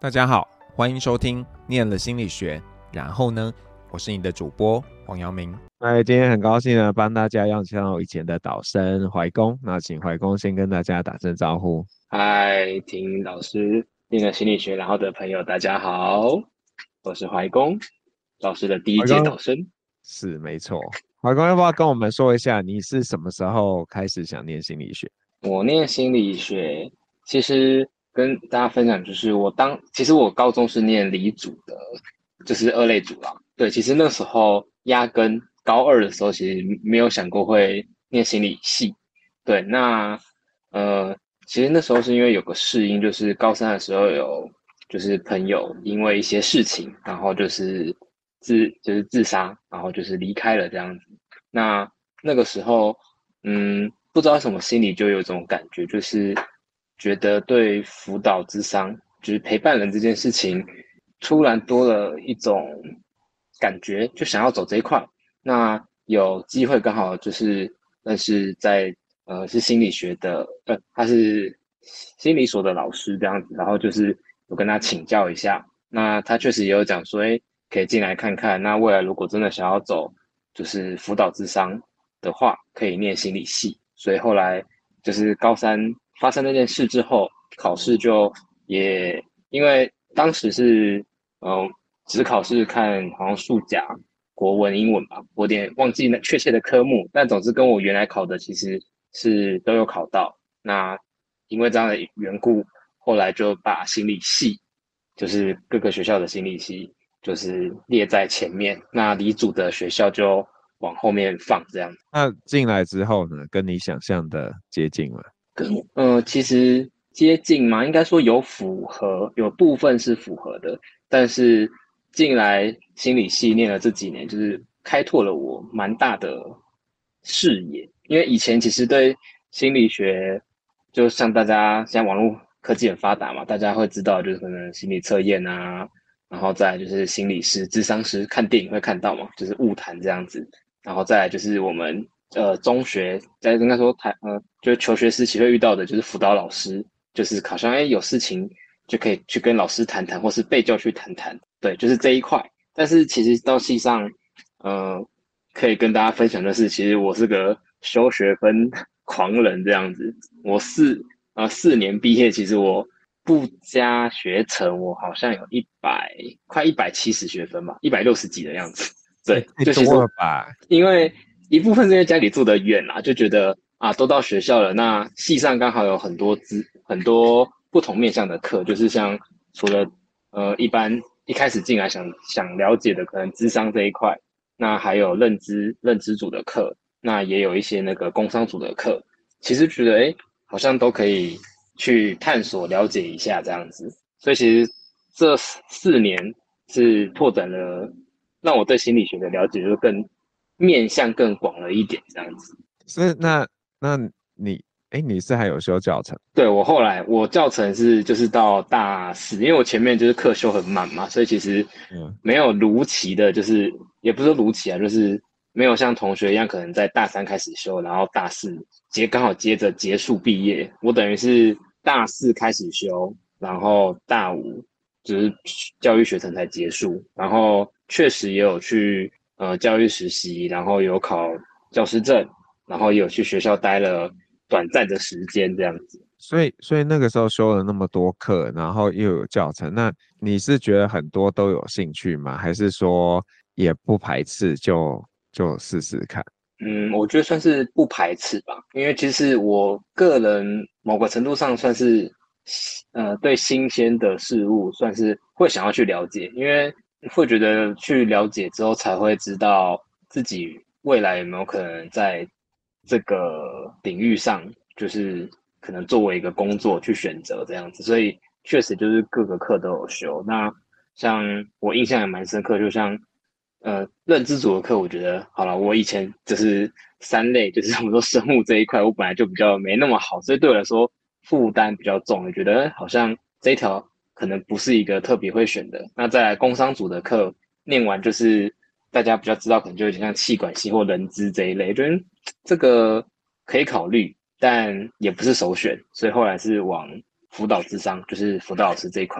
大家好，欢迎收听念了心理学。然后呢，我是你的主播黄阳明。 今天很高兴呢，帮大家邀请到以前的导生怀公。那请怀公先跟大家打声招呼。 嗨，听老师念了心理学然后的朋友，大家好，我是怀公，老师的第一怀公届导生。 是没错，怀公要不要跟我们说一下，你是什么时候开始想念心理学？ 我念心理学，其实跟大家分享，就是其实我高中是念理组的，就是二类组啦。对，其实那时候压根高二的时候，其实没有想过会念心理系。对，其实那时候是因为有个适应，就是高三的时候有就是朋友因为一些事情，然后就是自杀，然后就是离开了这样子。那个时候，不知道什么心里就有一种感觉，就是觉得对辅导咨商，就是陪伴人这件事情，突然多了一种感觉，就想要走这一块。那有机会刚好就是认识是心理学的，他是心理所的老师这样子，然后就是有跟他请教一下。那他确实也有讲说，可以进来看看。那未来如果真的想要走就是辅导咨商的话，可以念心理系。所以后来就是高三发生那件事之后，考试就也因为当时是只考试看好像数甲、国文、英文吧，我有点忘记那确切的科目，但总之跟我原来考的其实是都有考到。那因为这样的缘故，后来就把心理系，就是各个学校的心理系，就是列在前面。那理组的学校就往后面放这样。 那进来之后呢，跟你想象的接近吗？ 其实接近嘛，应该说有符合，有部分是符合的，但是进来心理系念了这几年，就是开拓了我蛮大的视野。因为以前其实对心理学，就像大家现在网络科技很发达嘛，大家会知道就是可能心理测验啊，然后再来就是心理师、咨商师，看电影会看到嘛，就是物谈这样子，然后再来就是我们中学在应该说就是求学时期会遇到的，就是辅导老师，就是好像有事情就可以去跟老师谈谈，或是被叫去谈谈，对，就是这一块。但是其实到系上，呃，可以跟大家分享的是，其实我是个修学分狂人这样子。我4年毕业，其实我不加学程，我好像有快170学分吧，160几的样子。对， 太就其实多了吧？ 因为一部分是因为家里住得远啦，就觉得都到学校了，那系上刚好有很多不同面向的课，就是像除了一般一开始进来想了解的可能咨商这一块，那还有认知组的课，那也有一些那个工商组的课，其实觉得好像都可以去探索了解一下这样子，所以其实这4年是拓展了让我对心理学的了解就更面向更广了一点这样子。 那你你是还有修教程？ 对，我教程就是到大四，因为我前面就是课修很满嘛，所以其实没有如期的，就是也不是说如期啊，就是没有像同学一样可能在大三开始修，然后大四刚好接着结束毕业。我等于是大四开始修，然后大五就是教育学程才结束，然后确实也有去教育实习，然后有考教师证，然后也有去学校待了短暂的时间这样子。 所以那个时候修了那么多课，然后又有教程，那你是觉得很多都有兴趣吗？还是说也不排斥就试试看？ 我觉得算是不排斥吧，因为其实我个人某个程度上算是，对新鲜的事物算是会想要去了解，因为会觉得去了解之后才会知道自己未来有没有可能在这个领域上，就是可能作为一个工作去选择这样子，所以确实就是各个课都有修。那像我印象也蛮深刻，就像认知组的课，我觉得好了，我以前就是三类，就是我们说生物这一块，我本来就比较没那么好，所以对我来说负担比较重，我觉得好像这一条可能不是一个特别会选的。那在工商组的课念完，就是大家比较知道，可能就有点像气管系或人资这一类，觉得这个可以考虑，但也不是首选，所以后来是往辅导咨商，就是辅导老师这一块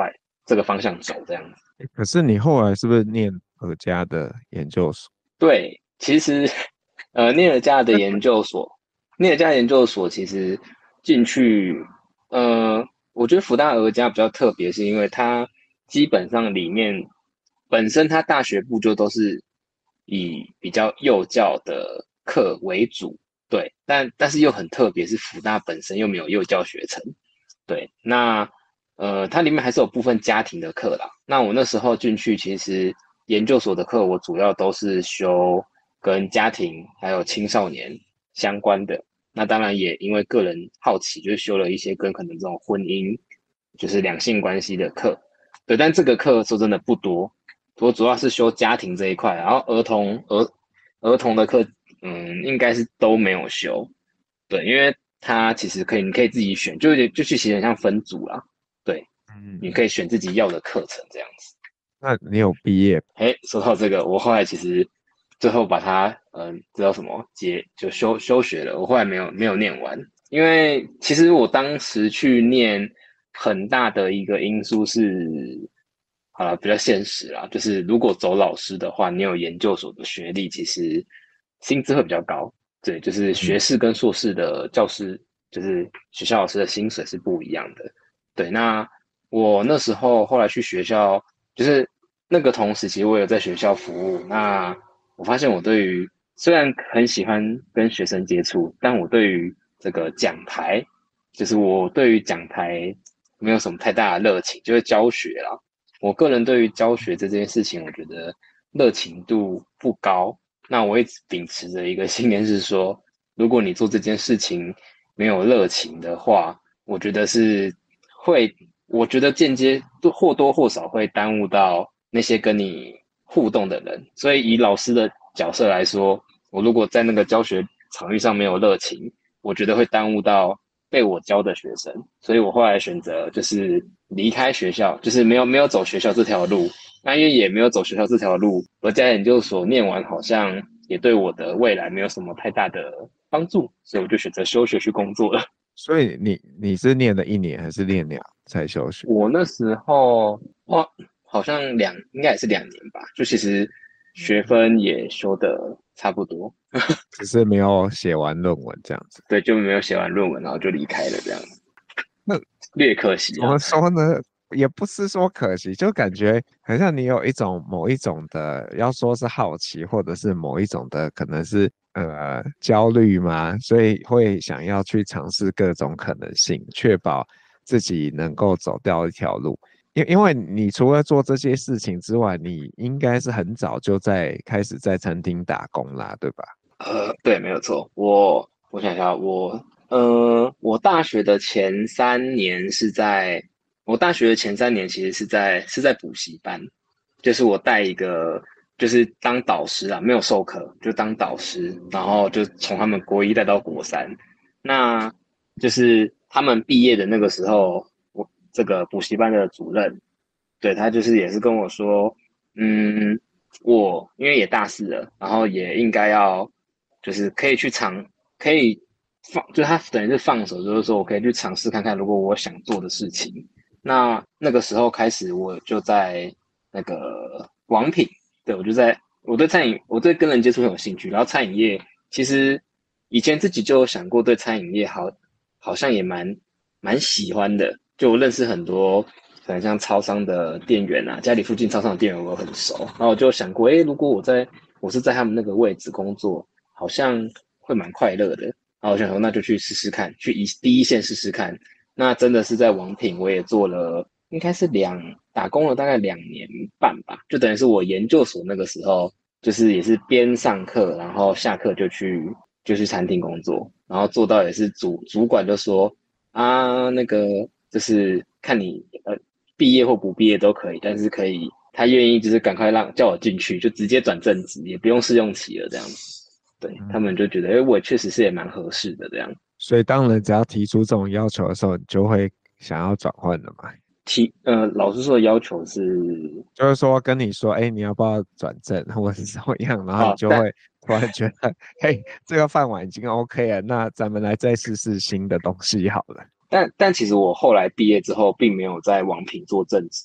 这个方向走这样子。 可是你后来是不是念尔家的研究所？ 对，其实聂尔加的研究所，聂尔加研究所其实进去，我觉得福大尔加比较特别，是因为它基本上里面本身它大学部就都是以比较幼教的课为主，对，但是又很特别，是福大本身又没有幼教学程，对，那它里面还是有部分家庭的课啦。那我那时候进去，其实研究所的课我主要都是修跟家庭还有青少年相关的。那当然也因为个人好奇，就修了一些跟可能这种婚姻，就是两性关系的课。对，但这个课说真的不多，我主要是修家庭这一块，然后儿童的课，应该是都没有修。对，因为它其实你可以自己选，就其实很像分组啦。对，你可以选自己要的课程这样子。 那你有毕业？ 说到这个，我后来其实最后把它，知道什么就休学了。我后来没有念完，因为其实我当时去念很大的一个因素是，比较现实啦，就是如果走老师的话，你有研究所的学历，其实薪资会比较高。对，就是学士跟硕士的教师，就是学校老师的薪水是不一样的。对，那我那时候后来去学校，就是那个同时，其实我有在学校服务。那我发现我对于虽然很喜欢跟学生接触，但我对于这个讲台，就是我对于讲台没有什么太大的热情，就是教学啦。我个人对于教学这件事情，我觉得热情度不高。那我一直秉持着一个信念是说，如果你做这件事情没有热情的话，我觉得是会，我觉得间接或多或少会耽误到那些跟你互动的人。所以以老师的角色来说，我如果在那个教学场域上没有热情，我觉得会耽误到被我教的学生。所以我后来选择就是离开学校，就是没有走学校这条路。那因为也没有走学校这条路，而家研究所念完好像也对我的未来没有什么太大的帮助，所以我就选择休学去工作了。 所以你是念了1年还是念2才休学？ 我那时候好像应该也是2年吧，就其实学分也修的差不多， 只是没有写完论文这样子。 对，就没有写完论文，然后就离开了这样子， 那略可惜啊。 怎么说呢？也不是说可惜，就感觉好像你有某一种的，要说是好奇，或者是某一种的，可能是焦虑嘛，所以会想要去尝试各种可能性，确保自己能够走掉一条路。因为你除了做这些事情之外，你应该是很早就开始在餐厅打工啦，对吧？ 对，没有错。我想一下，我大学的前三年我大学的前3年其实是在补习班，就是我带一个，就是当导师啊，没有授课，就当导师，然后就从他们国一带到国三。那就是他们毕业的那个时候，我这个补习班的主任，对，他就是也是跟我说，嗯，我因为也大四了，然后也应该要就是可以就是他等于是放手，就是说我可以去尝试看看，如果我想做的事情。那个时候开始，我就在那个王品，对，我对餐饮，我对跟人接触很有兴趣，然后餐饮业其实以前自己就有想过对餐饮业好像也蛮喜欢的，就我认识很多可能像超商的店员啊，家里附近超商的店员我很熟，然后我就想过，如果我是在他们那个位置工作，好像会蛮快乐的。然后我想说，那就去试试看，去第一线试试看。那真的是在王品，我也做了，应该是打工了大概2年半吧，就等于是我研究所那个时候，就是也是边上课，然后下课就去餐厅工作，然后做到也是主管就说啊，那个就是看你毕业或不毕业都可以，但是他愿意就是赶快叫我进去，就直接转正职，也不用试用期了这样子。对，他们就觉得，我确实是也蛮合适的这样。 所以当人只要提出这种要求的时候，你就会想要转换了嘛？ 老师说的要求是， 就是说跟你说，你要不要转正，或者是怎么样，然后你就但会突然觉得，嘿，这个饭碗已经 OK 了，那咱们来再试试新的东西好了。 但其实我后来毕业之后，并没有在王品做正职啦，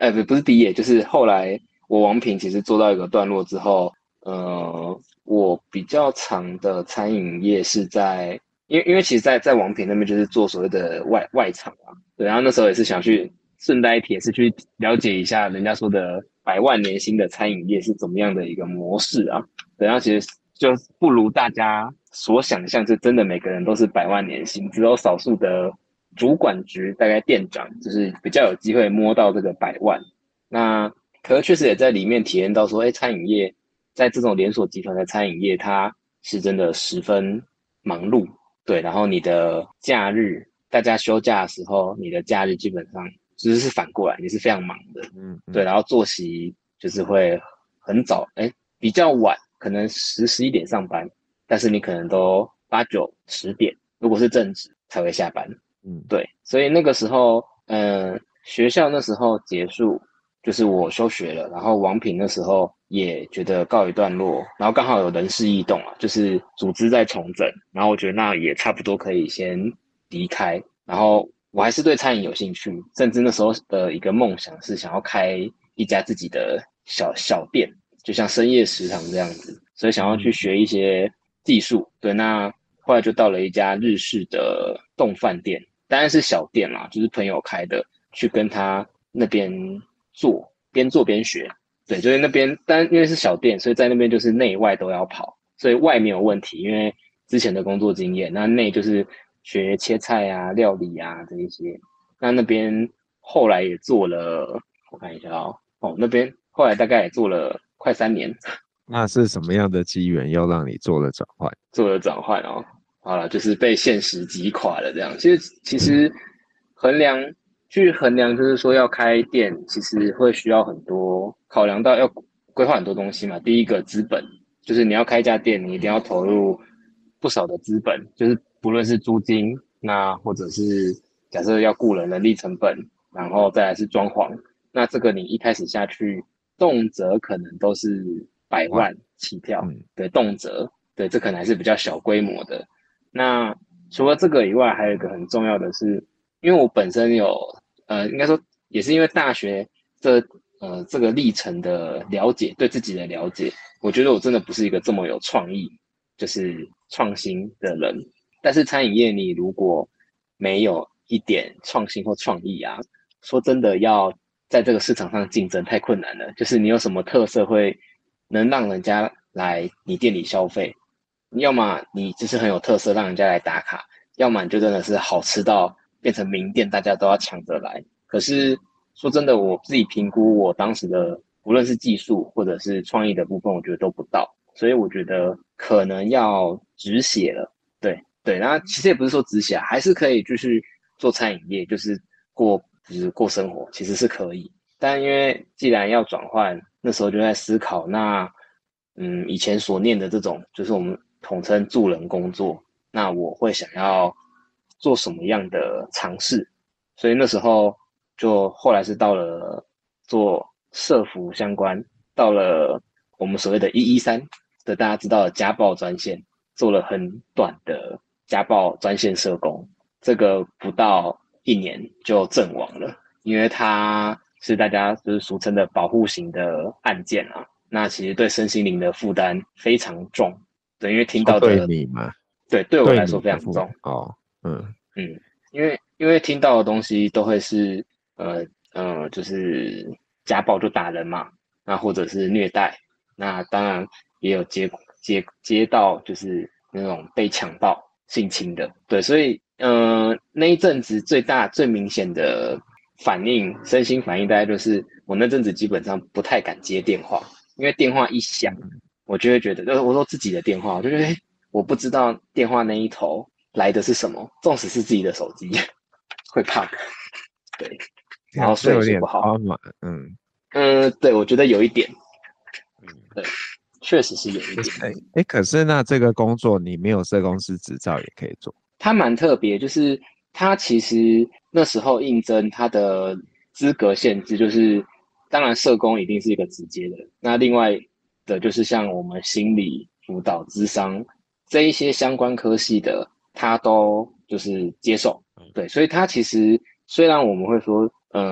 不是毕业，就是后来我王品其实做到一个段落之后，我比较长的餐饮业是在，因为其实在王品那边就是做所谓的外场啊，对，然后那时候也是想去顺带一提，是去了解一下人家说的100万年薪的餐饮业是怎么样的一个模式啊，对，然后其实就不如大家所想象，是真的每个人都是100万年薪，只有少数的主管局大概店长就是比较有机会摸到这个100万。那可是确实也在里面体验到说，餐饮业在这种连锁集团的餐饮业，它是真的十分忙碌，对。然后你的假日，大家休假的时候，你的假日基本上其实是反过来，你是非常忙的，对。然后作息就是会很早，比较晚，可能11点上班，但是你可能都8、9、10点，如果是正职才会下班，对。所以那个时候，学校那时候结束。就是我休学了，然后王品那时候也觉得告一段落，然后刚好有人事异动啊，就是组织在重整，然后我觉得那也差不多可以先离开，然后我还是对餐饮有兴趣，甚至那时候的一个梦想是想要开一家自己的小店，就像深夜食堂这样子，所以想要去学一些技术，对，那后来就到了一家日式的冻饭店，当然是小店啦，就是朋友开的，去跟他那边边做边学，对，就是那边，但因为是小店，所以在那边就是内外都要跑，所以外没有问题，因为之前的工作经验，那内就是学切菜啊、料理啊这一些。那边后来也做了，我看一下那边后来大概也做了快3年。 那是什么样的机缘又让你做了转换？ 做了转换哦，好了，就是被现实击垮了这样。其实去衡量，就是说要开店，其实会需要很多考量到要规划很多东西嘛。第一个资本，就是你要开一家店，你一定要投入不少的资本，就是不论是租金，那或者是假设要雇人人力成本，然后再来是装潢，那这个你一开始下去，动辄可能都是100万起跳，对，动辄，对，这可能还是比较小规模的。那除了这个以外，还有一个很重要的是，因为我本身应该说也是因为大学这个历程的了解，对自己的了解，我觉得我真的不是一个这么有创意，就是创新的人。但是餐饮业你如果没有一点创新或创意啊，说真的要在这个市场上竞争太困难了。就是你有什么特色会能让人家来你店里消费，要么你就是很有特色让人家来打卡，要么你就真的是好吃到变成名店，大家都要抢着来。可是说真的，我自己评估我当时的无论是技术或者是创意的部分，我觉得都不到，所以我觉得可能要止血了。对，那其实也不是说止血，还是可以继续做餐饮业，就是过生活，其实是可以。但因为既然要转换，那时候就在思考，那以前所念的这种，就是我们统称助人工作，那我会想要做什么样的尝试？所以那时候就后来是到了做社服相关，到了我们所谓的113的大家知道的家暴专线，做了很短的家暴专线社工，这个不到1年就阵亡了，因为它是大家就是俗称的保护型的案件啊。那其实对身心灵的负担非常重，对，因为听到的对你嘛， 对我来说非常重哦， 因为听到的东西都会是就是家暴就打人嘛，那或者是虐待，那当然也有接到就是那种被强暴性侵的，对，所以那一阵子最明显的身心反应大概就是我那阵子基本上不太敢接电话，因为电话一响，我就会觉得，就是我说自己的电话，我就觉得我不知道电话那一头来的是什么，纵使是自己的手机，会怕，对，然后睡不好，对，我觉得有一点，对，确实是有一点。 可是那这个工作你没有社工师执照也可以做？ 它蛮特别，就是它其实那时候应征它的资格限制，就是当然社工一定是一个直接的，那另外的就是像我们心理辅导、諮商这一些相关科系的，他都就是接受，对，所以他其实虽然我们会说，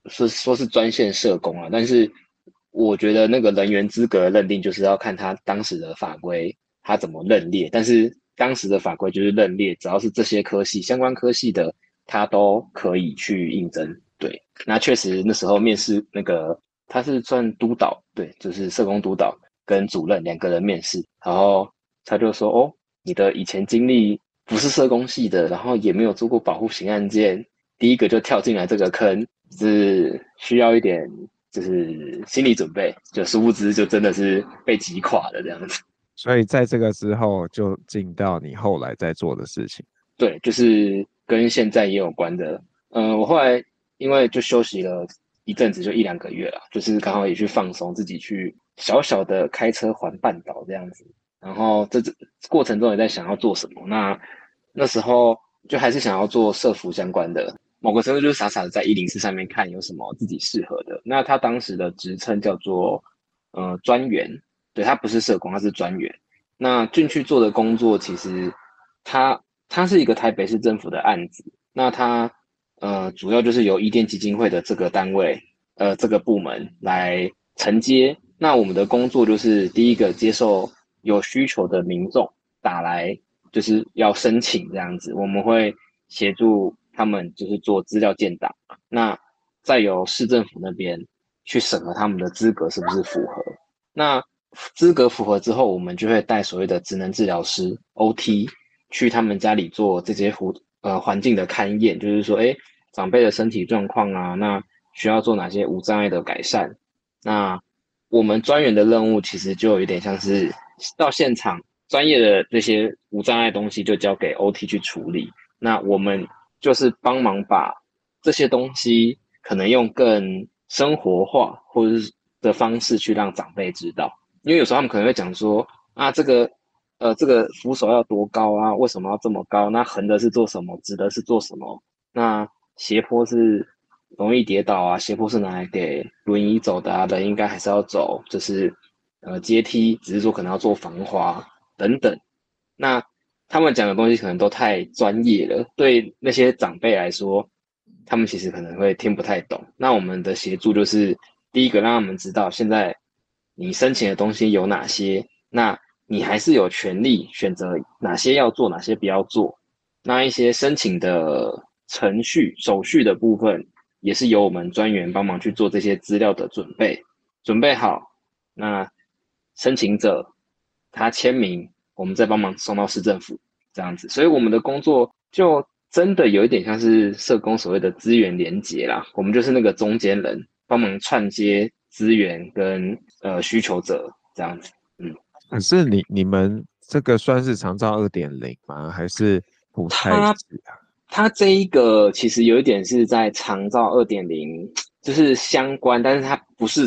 说是专线社工啊，但是我觉得那个人员资格的认定就是要看他当时的法规他怎么认列，但是当时的法规就是认列，只要是这些科系相关科系的，他都可以去应征。对，那确实那时候面试那个他是算督导，对，就是社工督导跟主任2个人面试，然后他就说哦，你的以前经历不是社工系的，然后也没有做过保护型案件，第一个就跳进来这个坑，是需要一点就是心理准备，就殊不知就真的是被击垮了这样子。 所以在这个之后就进到你后来在做的事情。 对，就是跟现在也有关的。我后来因为就休息了一阵子，就1-2个月了，就是刚好也去放松，自己去小小的开车环半岛这样子。然后这过程中也在想要做什么。那时候就还是想要做社服相关的，某个程度就是傻傻的在104上面看有什么自己适合的。那他当时的职称叫做专员，对，他不是社工，他是专员。那进去做的工作其实它是一个台北市政府的案子，那它主要就是由伊甸基金会的这个单位这个部门来承接。那我们的工作就是第一个接受有需求的民众打来，就是要申请这样子，我们会协助他们就是做资料建档，那再由市政府那边去审核他们的资格是不是符合。那资格符合之后，我们就会带所谓的职能治疗师 OT 去他们家里做这些环境的勘验，就是说，长辈的身体状况啊，那需要做哪些无障碍的改善。那我们专员的任务其实就有点像是到现场，专业的这些无障碍东西就交给 OT 去处理。那我们就是帮忙把这些东西可能用更生活化或者是的方式去让长辈知道，因为有时候他们可能会讲说啊，这个扶手要多高啊？为什么要这么高？那横的是做什么？直的是做什么？那斜坡是容易跌倒啊，斜坡是拿来给轮椅走的啊，人应该还是要走，就是阶梯，只是说可能要做防滑等等。那他们讲的东西可能都太专业了，对那些长辈来说，他们其实可能会听不太懂。那我们的协助就是第一个让他们知道，现在你申请的东西有哪些，那你还是有权利选择哪些要做，哪些不要做。那一些申请的程序、手续的部分，也是由我们专员帮忙去做这些资料的准备。准备好，那申请者他签名，我们再帮忙送到市政府这样子。所以我们的工作就真的有一点像是社工所谓的资源连结啦，我们就是那个中间人，帮忙串接资源跟需求者这样子。 可是你们这个算是长照2.0吗？还是不太是啊？ 它这一个其实有一点是在长照2.0，就是相关，但是它不是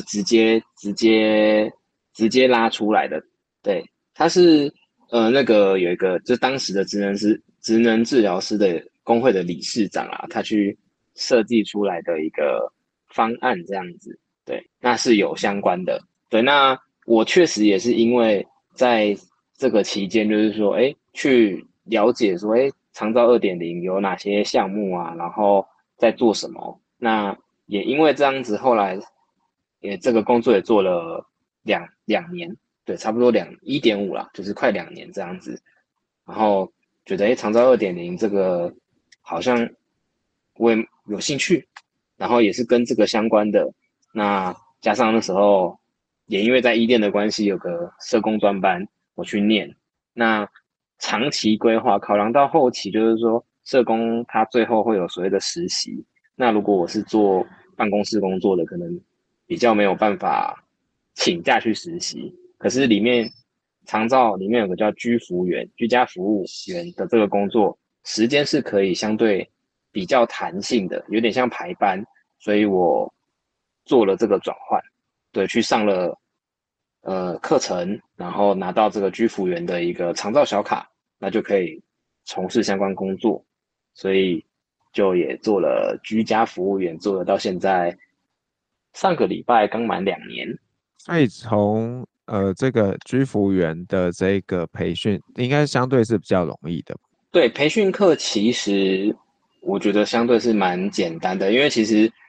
直接拉出来的。对，它是那个有一个就是当时的职能治疗师的工会的理事长啊，他去设计出来的一个方案这样子。对，那是有相关的。对，那我确实也是因为在这个期间，就是说，去了解说，长照2.0有哪些项目啊，然后在做什么。那也因为这样子，后来也这个工作也做了两年，对，差不多1.5啦，就是快2年这样子。然后觉得，长照2.0这个好像我也有兴趣，然后也是跟这个相关的。那加上那时候也因为在医店的关系，有个社工专班，我去念。那长期规划考量到后期，就是说社工他最后会有所谓的实习。那如果我是做办公室工作的，可能比较没有办法请假去实习。可是长照里面有个叫居家服务员的这个工作，时间是可以相对比较弹性的，有点像排班，所以我做了这个转换，对，去上了课程，然后拿到这个居服员的一个长照小卡，那就可以从事相关工作，所以就也做了居家服务员，做了到现在，上个礼拜刚满2年。 所以从这个居服员的这个培训，应该相对是比较容易的。 对，培训课其实我觉得相对是蛮简单的，因为其实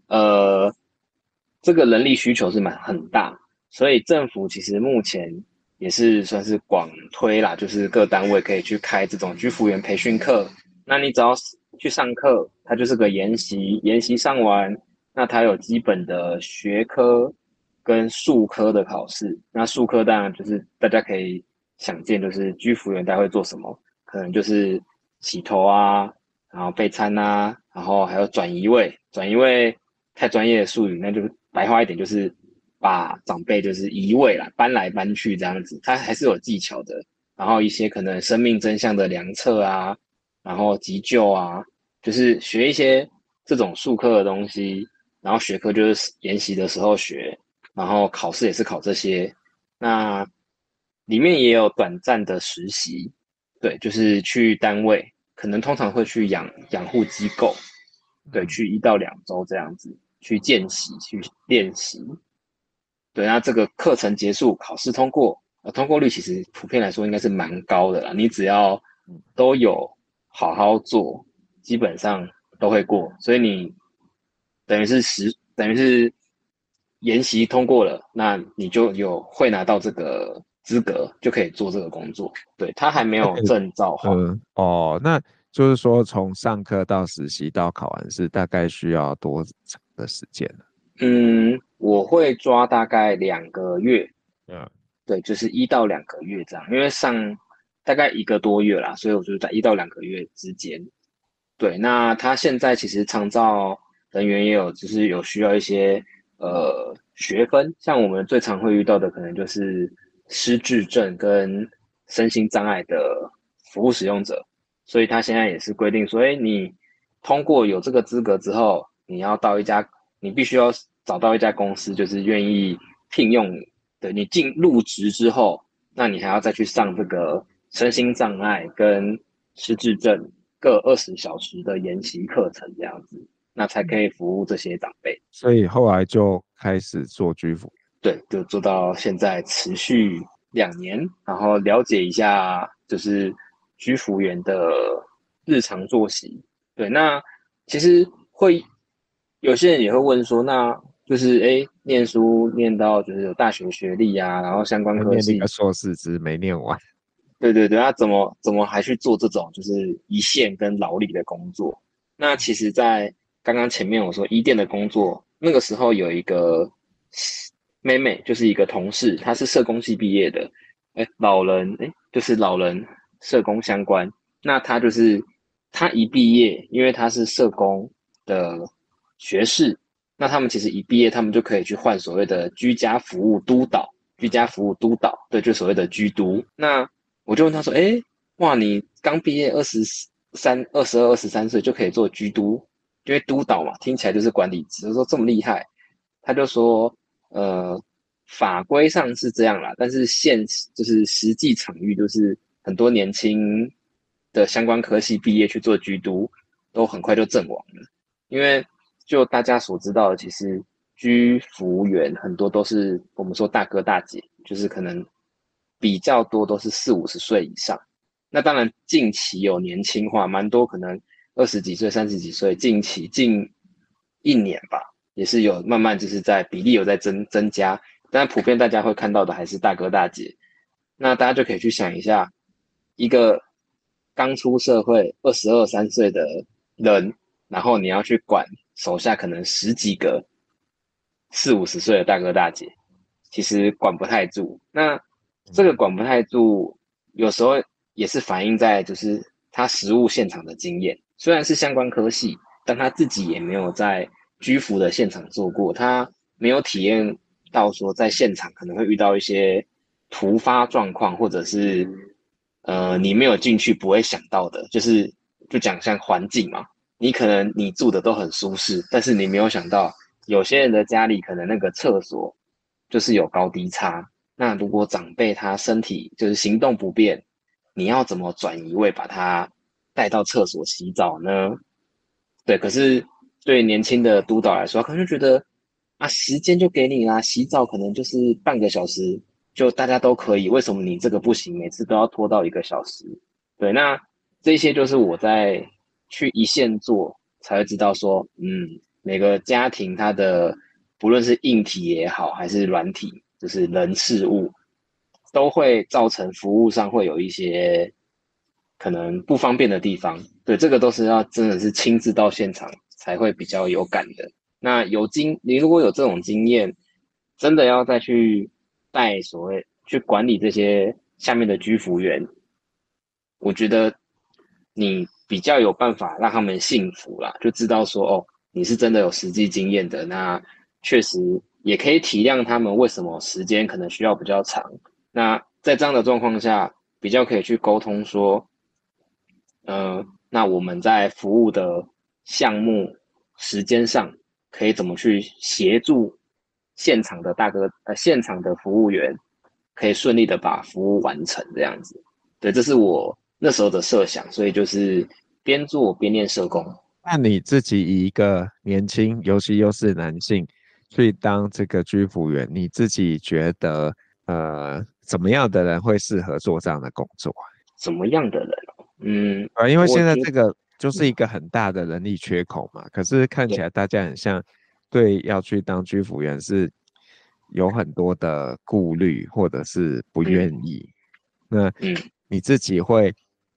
这个人力需求是很大，所以政府其实目前也是算是广推啦，就是各单位可以去开这种居服员培训课。那你只要去上课，它就是个研习，研习上完，那它有基本的学科跟术科的考试。那术科当然就是大家可以想见，就是居服员大概会做什么，可能就是洗头啊，然后备餐啊，然后还有转移位。转移位太专业的术语，那就白话一点就是把长辈就是移位啦，搬来搬去这样子，它还是有技巧的。然后一些可能生命真相的量测啊，然后急救啊，就是学一些这种术科的东西，然后学科就是研习的时候学，然后考试也是考这些。那里面也有短暂的实习，对，就是去单位，可能通常会去养护机构，对，去1到2周这样子去见习去练习。对，那这个课程结束，考试通过，通过率其实普遍来说应该是蛮高的啦。你只要都有好好做，基本上都会过。所以你等于是研习通过了，那你就会拿到这个资格，就可以做这个工作。对，它还没有证照化。 那就是说从上课到实习到考完试，大概需要多长的时间呢？ 我会抓大概2个月， 嗯， 对，就是1到2个月这样，因为上大概1个多月啦，所以我就在1到2个月之间。对，那他现在其实长照人员也有，就是有需要一些学分，像我们最常会遇到的，可能就是失智症跟身心障碍的服务使用者，所以他现在也是规定说，哎，你通过有这个资格之后，你必须要找到一家公司，就是愿意聘用你。对，你入职之后，那你还要再去上这个身心障碍跟失智症各20小时的研习课程，这样子，那才可以服务这些长辈。 所以后来就开始做居服。 对，就做到现在持续2年，然后了解一下就是居服员的日常作息。对，那其实有些人也会问说，那就是念书念到就是有大学学历啊，然后相关还念那个科系， 硕士，只是没念完。 对对对，那怎么还去做这种就是一线跟劳力的工作？那其实，在刚刚前面我说一店的工作，那个时候有一个妹妹，就是一个同事，她是社工系毕业的，就是老人社工相关。那她一毕业，因为她是社工的学士，那他们其实一毕业，他们就可以去换所谓的居家服务督导。居家服务督导，对，就所谓的居督。那我就问他说：哇，你刚毕业22、23岁就可以做居督，因为督导嘛，听起来就是管理职。我说这么厉害，他就说：法规上是这样啦，但是就是实际场域，就是很多年轻的相关科系毕业去做居督，都很快就阵亡了。因为就大家所知道的，其实居服员很多都是我们说大哥大姐，就是可能比较多都是40、50岁以上。那当然近期有年轻化，蛮多可能20几岁、30几岁，近1年吧，也是有慢慢就是在比例有在增加，但普遍大家会看到的还是大哥大姐。那大家就可以去想一下，一个刚出社会22、23岁的人，然后你要去管手下可能10几个40、50岁的大哥大姐，其实管不太住。那这个管不太住，有时候也是反映在就是他实务现场的经验。虽然是相关科系，但他自己也没有在居服的现场做过，他没有体验到说在现场可能会遇到一些突发状况，或者是你没有进去不会想到的，就讲像环境嘛，你可能你住的都很舒适，但是你没有想到有些人的家里可能那个厕所就是有高低差。那如果长辈他身体就是行动不便，你要怎么转移位把他带到厕所洗澡呢？对，可是对年轻的督导来说，可能就觉得时间就给你啦，洗澡可能就是半个小时，就大家都可以，为什么你这个不行？每次都要拖到1个小时？对，那这些就是我在去一线做才会知道说， 每个家庭它的不论是硬体也好，还是软体，就是人事物，都会造成服务上会有一些可能不方便的地方。对，这个都是要真的是亲自到现场才会比较有感的。那你如果有这种经验，真的要再去带所谓去管理这些下面的居服员，我觉得你比较有办法让他们信服啦，就知道说哦，你是真的有实际经验的，那确实也可以体谅他们为什么时间可能需要比较长。那在这样的状况下，比较可以去沟通说，那我们在服务的项目时间上，可以怎么去协助现场的服务员，可以顺利的把服务完成这样子。对，这是我那时候的设想，所以就是边做边念社工。 那你自己以一个年轻，尤其又是男性，去当这个居服员，你自己觉得怎么样的人会适合做这样的工作？ 什么样的人？ 因为现在我觉得这个就是一个很大的人力缺口嘛，可是看起对， 来大家很像对要去当居服员是有很多的顾虑或者是不愿嗯意。那嗯你自己会，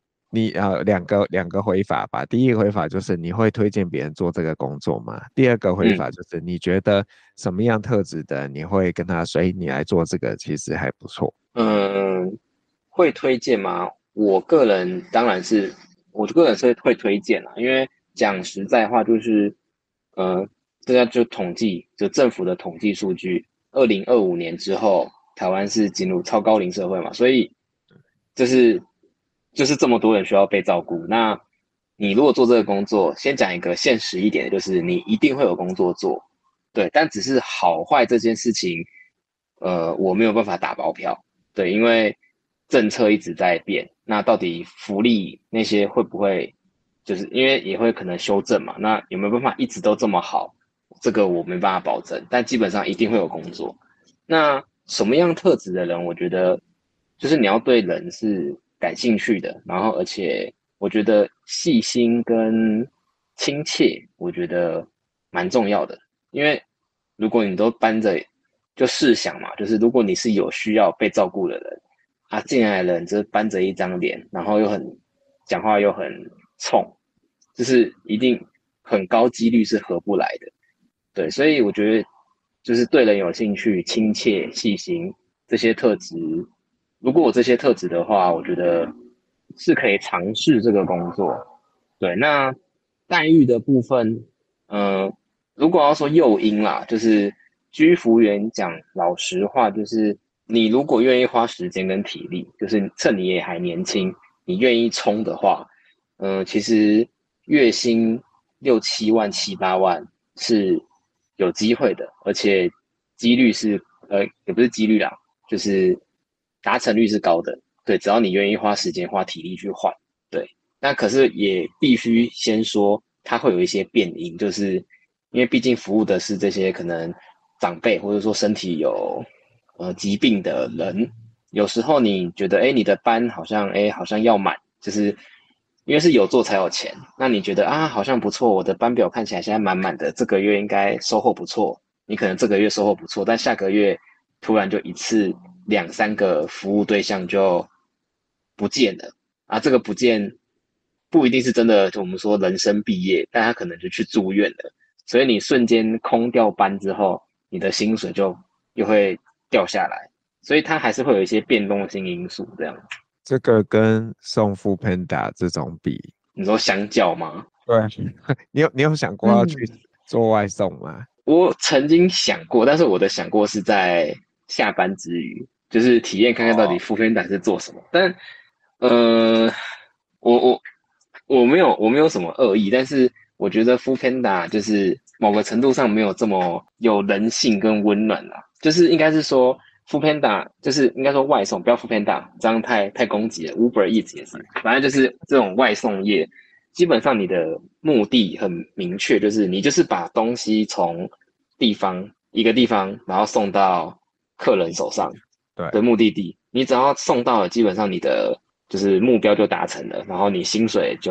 两个回法吧。第一个回法就是你会推荐别人做这个工作吗？第二个回嗯法就是你觉得什么样特质的你会跟他说，你来做这个其实还不错。 嗯，会推荐吗？我个人当然是，我个人是会推荐啦，因为讲实在话，就是呃，这个就统计，就政府的统计数据，2025年之后，台湾是进入超高龄社会嘛，所以就是就是这么多人需要被照顾。那你如果做这个工作，先讲一个现实一点的，就是你一定会有工作做，对，但只是好坏这件事情，我没有办法打包票，对，因为政策一直在变，那到底福利那些会不会，就是因为也会可能修正嘛，那有没有办法一直都这么好？这个我没办法保证，但基本上一定会有工作。那什么样特质的人，我觉得就是你要对人是感兴趣的，然后而且我觉得细心跟亲切，我觉得蛮重要的。因为如果你都搬着，就试想嘛，就是如果你是有需要被照顾的人，啊，进来的人就搬着一张脸，然后讲话又很冲，就是一定很高几率是合不来的。对，所以我觉得就是对人有兴趣、亲切、细心这些特质，如果有这些特质的话，我觉得是可以尝试这个工作。对，那待遇的部分，如果要说诱因啦，就是居服员讲老实话，就是你如果愿意花时间跟体力，就是趁你也还年轻，你愿意冲的话，其实月薪6、7万、7、8万是有机会的，而且几率是也不是几率啦，就是达成率是高的。对，只要你愿意花时间花体力去换，对。那可是也必须先说，它会有一些变因，就是因为毕竟服务的是这些可能长辈或者说身体有疾病的人，有时候你觉得你的班好像要满，就是因为是有做才有钱，那你觉得啊好像不错，我的班表看起来现在满满的，这个月应该收获不错，你可能这个月收获不错，但下个月突然就一次2、3个服务对象就不见了。啊，这个不见不一定是真的，就我们说人生毕业，但他可能就去住院了，所以你瞬间空掉班之后，你的薪水就又会掉下来，所以它还是会有一些变动性因素这样子。 这个跟送 Foodpanda 这种比， 你说相较吗？ 对，你有想过要去做外送吗？ 我曾经想过，但是我的想过是在下班之余，就是体验看看到底哦， 副片党是做什么。但呃，我我我没有什么恶意，但是我觉得 f o o Panda 就是某个程度上没有这么有人性跟温暖啦。就是应该是说 f o o Panda 就是应该说外送，不要 f o o Panda，这样太攻击了。Uber Eats 也是，反正就是这种外送业，基本上你的目的很明确，就是你就是把东西从一个地方，然后送到客人手上对， 的目的地。你只要送到了，基本上你的就是目标就达成了，然后你薪水就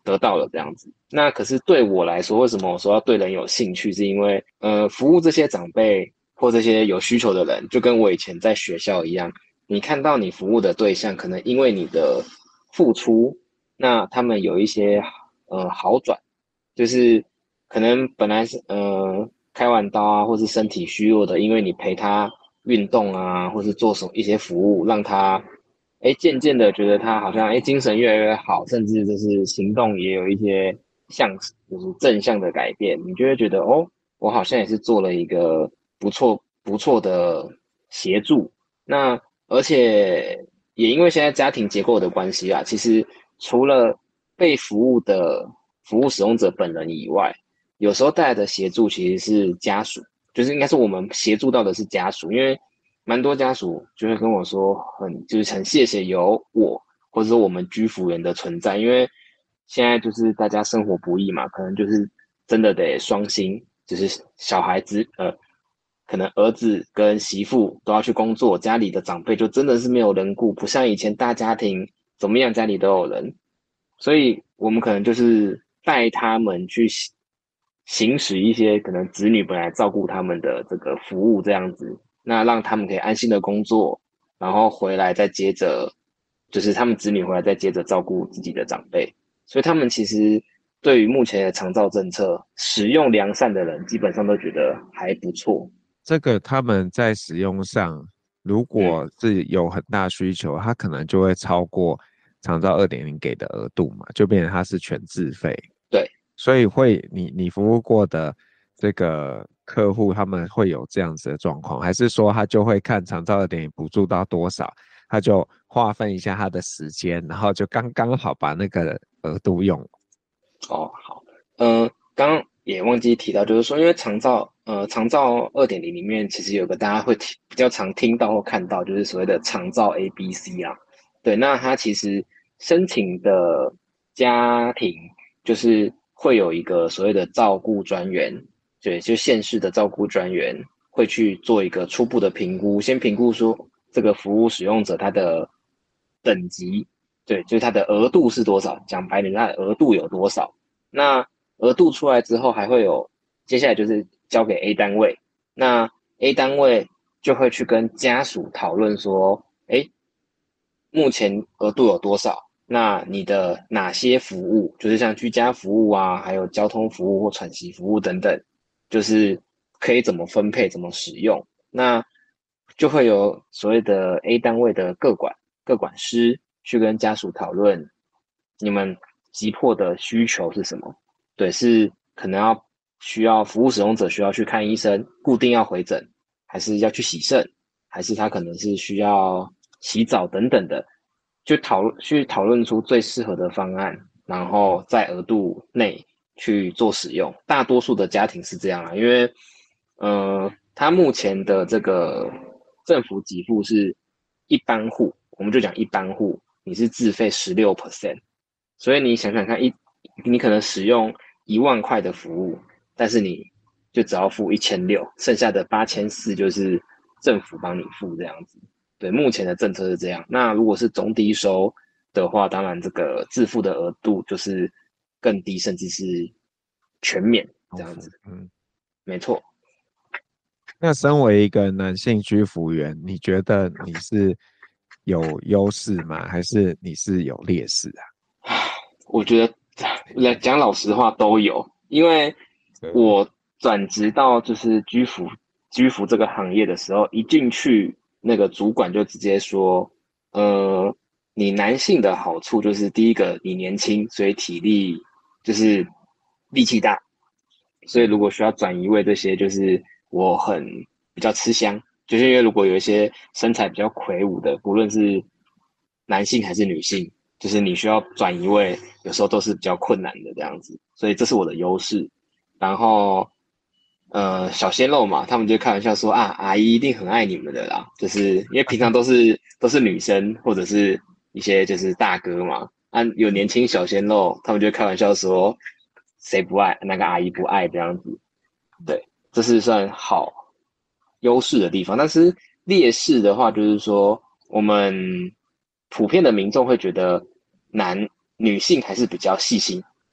得到了这样子。那可是对我来说，为什么我说要对人有兴趣？是因为服务这些长辈或这些有需求的人，就跟我以前在学校一样，你看到你服务的对象，可能因为你的付出，那他们有一些好转，就是可能本来是开完刀啊，或是身体虚弱的，因为你陪他运动啊，或是做一些服务，让他渐渐的觉得他好像精神越来越好，甚至就是行动也有一些就是正向的改变，你就会觉得哦，我好像也是做了一个不错的协助。那而且也因为现在家庭结构的关系啊，其实除了被服务的服务使用者本人以外，有时候带来的协助其实是家属，就是应该是我们协助到的是家属，因为蛮多家属就会跟我说就是很谢谢有我或者说我们居服员的存在，因为现在就是大家生活不易嘛，可能就是真的得双薪，就是小孩子可能儿子跟媳妇都要去工作，家里的长辈就真的是没有人顾，不像以前大家庭怎么样家里都有人，所以我们可能就是带他们去行使一些可能子女本来照顾他们的这个服务这样子，那让他们可以安心的工作，然后回来再接着，就是他们子女回来再接着照顾自己的长辈，所以他们其实对于目前的长照政策使用良善的人，基本上都觉得还不错。 这个他们在使用上，如果是有很大需求，他可能就会超过长照2.0给的额度嘛，就变成它是全自费。 对， 所以你服务过的这个客户，他们会有这样子的状况，还是说他就会看长照2.0补助到多少，他就划分一下他的时间，然后就刚刚好把那个额度用。 哦，好，刚刚也忘记提到，就是说，因为长照2.0里面其实有个大家会比较常听到或看到，就是所谓的长照 ABC 啊。对，那它其实申请的家庭就是会有一个所谓的照顾专员，对，就县市的照顾专员会去做一个初步的评估，先评估说这个服务使用者他的等级，对，就是它的额度是多少，讲白点，它的额度有多少。那额度出来之后，还会有接下来就是交给 A 单位，那 A 单位就会去跟家属讨论说，目前额度有多少？那你的哪些服务，就是像居家服务啊，还有交通服务或喘息服务等等，就是可以怎么分配、怎么使用？那就会有所谓的 A 单位的各管师去跟家属讨论，你们急迫的需求是什么？对，是可能需要服务使用者需要去看医生，固定要回诊，还是要去洗肾，还是他可能是需要洗澡等等的，去讨论出最适合的方案，然后在额度内去做使用。大多数的家庭是这样啊，因为他目前的这个政府给付是一般户，我们就讲一般户，你是自费16%，所以你想想看，你可能使用1万块的服务，但是你就只要付1600，剩下的8400就是政府帮你付这样子。对，目前的政策是这样。那如果是中低收的话，当然这个自付的额度就是更低，甚至是全免这样子。没错。 那身为一个男性居服员，你觉得你是有优势吗？还是你是有劣势啊？ 我觉得讲老实话都有，因为我转职到就是居服这个行业的时候，一进去那个主管就直接说，你男性的好处就是第一个你年轻，所以体力就是力气大，所以如果需要转移位这些，就是我比较吃香，就是因为如果有一些身材比较魁梧的，不论是男性还是女性，就是你需要转移位，有时候都是比较困难的这样子，所以这是我的优势。然后小鲜肉嘛，他们就开玩笑说啊，阿姨一定很爱你们的啦，就是因为平常都是女生或者是一些就是大哥嘛，啊有年轻小鲜肉，他们就开玩笑说谁不爱，那个阿姨不爱这样子，对，这是算优势的地方。但是劣势的话，就是说我们普遍的民众会觉得女性还是比较细心，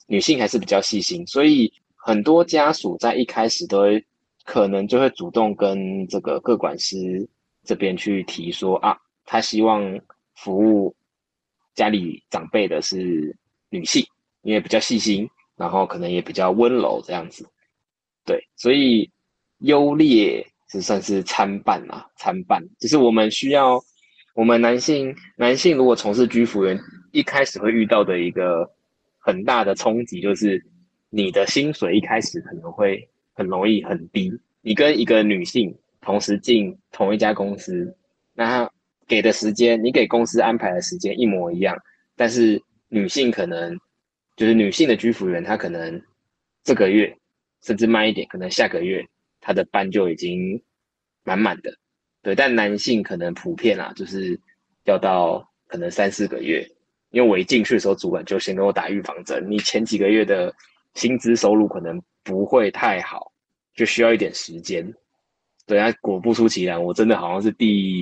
女性还是比较细心，所以很多家属在一开始都会可能就会主动跟这个个管师这边去提说啊，他希望服务家里长辈的是女性，因为比较细心，然后可能也比较温柔这样子。对，所以优劣是算是参半啦，参半。就是我们需要，我们男性如果从事居服员，一开始会遇到的一个很大的冲击，就是你的薪水一开始可能会很容易很低。你跟一个女性同时进同一家公司，那她给的时间，你给公司安排的时间一模一样，但是女性可能就是女性的居服员，她可能这个月甚至慢一点，可能下个月她的班就已经满满的。对，但男性可能普遍啊，就是要到可能3、4个月，因为我一进去的时候，主管就先跟我打预防针，你前几个月的薪资收入可能不会太好，就需要一点时间。对啊，果不出其然，我真的好像是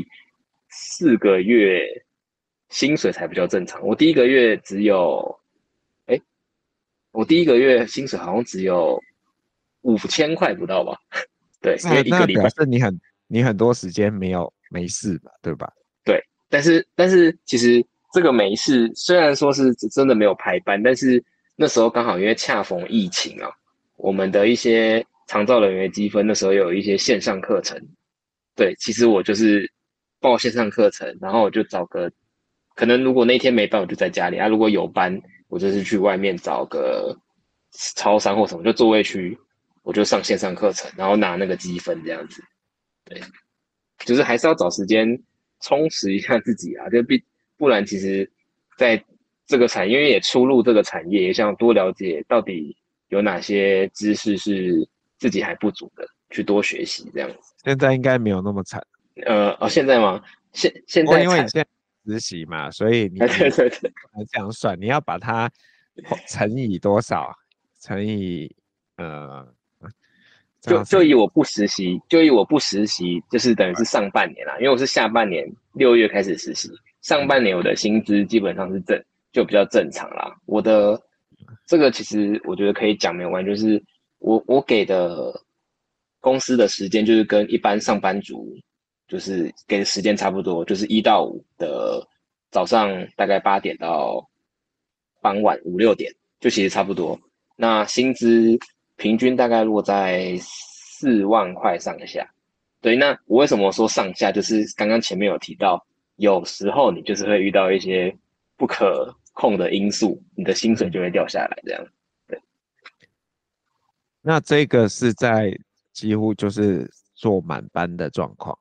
第4个月薪水才比较正常。我第一个月只有，哎，我第一个月薪水好像只有5000块不到吧？对，因为一个礼拜。 那表示你很多时间没事吧，对吧？ 对，但是其实这个没事，虽然说是真的没有排班，但是那时候刚好因为恰逢疫情啊，我们的一些长照人员积分那时候有一些线上课程。对，其实我就是报线上课程，然后我就找个，可能如果那天没班，我就在家里啊；如果有班，我就是去外面找个超商或什么，就座位区，我就上线上课程，然后拿那个积分这样子。对，就是还是要找时间充实一下自己啊，不然其实在这个产业，因为也初入这个产业，也想多了解到底有哪些知识是自己还不足的，去多学习这样子。 现在应该没有那么惨。 现在吗？现不过在才， 因为你现在实习嘛，所以你对对对， 不能这样算，你要把它乘以多少？乘以呃，这样乘以就以我不实习，就是等于是上半年啦，因为我是下半年6月开始实习，上半年我的薪资基本上是就比较正常啦。我的这个其实我觉得可以讲没有关系，就是我给的公司的时间就是跟一般上班族就是给的时间差不多，就是1到5的早上大概8点到傍晚5、6点，就其实差不多。那薪资平均大概落在4万块上下。对，那我为什么说上下？就是刚刚前面有提到，有时候你就是会遇到一些不可控的因素，你的薪水就会掉下来，这样。对， 那这个是在几乎就是做满班的状况，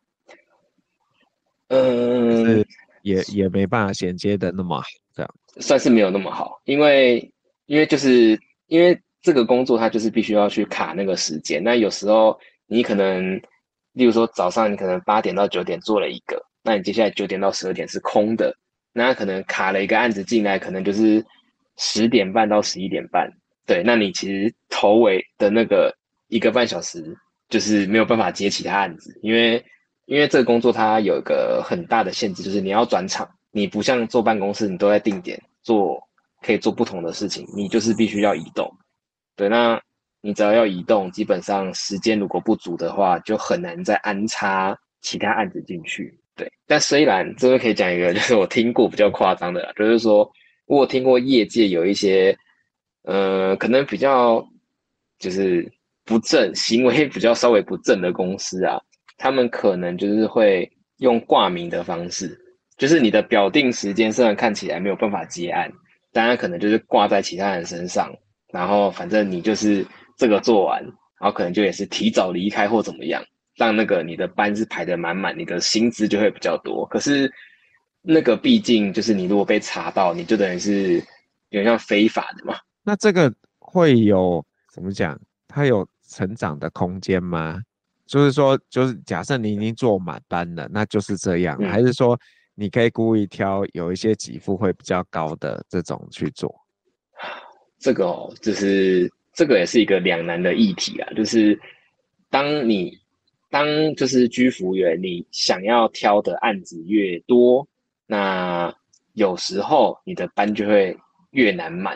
还嗯， 是也没办法衔接的那么好，这样。 算是没有那么好，因为这个工作它就是必须要去卡那个时间。那有时候你可能，例如说早上你可能8点到9点做了一个，那你接下来9点到12点是空的，那可能卡了一个案子进来，可能就是10点半到11点半。对，那你其实头尾的那个1个半小时就是没有办法接其他案子，因为这个工作它有一个很大的限制，就是你要转场，你不像坐办公室，你都在定点做，可以做不同的事情，你就是必须要移动。对，那你只要要移动，基本上时间如果不足的话，就很难再安插其他案子进去。对，但虽然这边可以讲一个，就是我听过比较夸张的啦，就是说我有听过业界有一些，可能比较就是不正，行为比较稍微不正的公司啊，他们可能就是会用挂名的方式，就是你的表定时间虽然看起来没有办法接案，当然可能就是挂在其他人身上，然后反正你就是这个做完，然后可能就也是提早离开或怎么样，让那个你的班是排得满满，你的薪资就会比较多。可是那个毕竟就是你如果被查到，你就等于是有点像非法的嘛。 那这个会有怎么讲？它有成长的空间吗？就是说，就是假设你已经做满班了，那就是这样，还嗯， 是说你可以故意挑有一些给付会比较高的这种去做？ 这个哦，就是这个也是一个两难的议题啊。就是当你当就是居服员，你想要挑的案子越多，那有时候你的班就会越难满，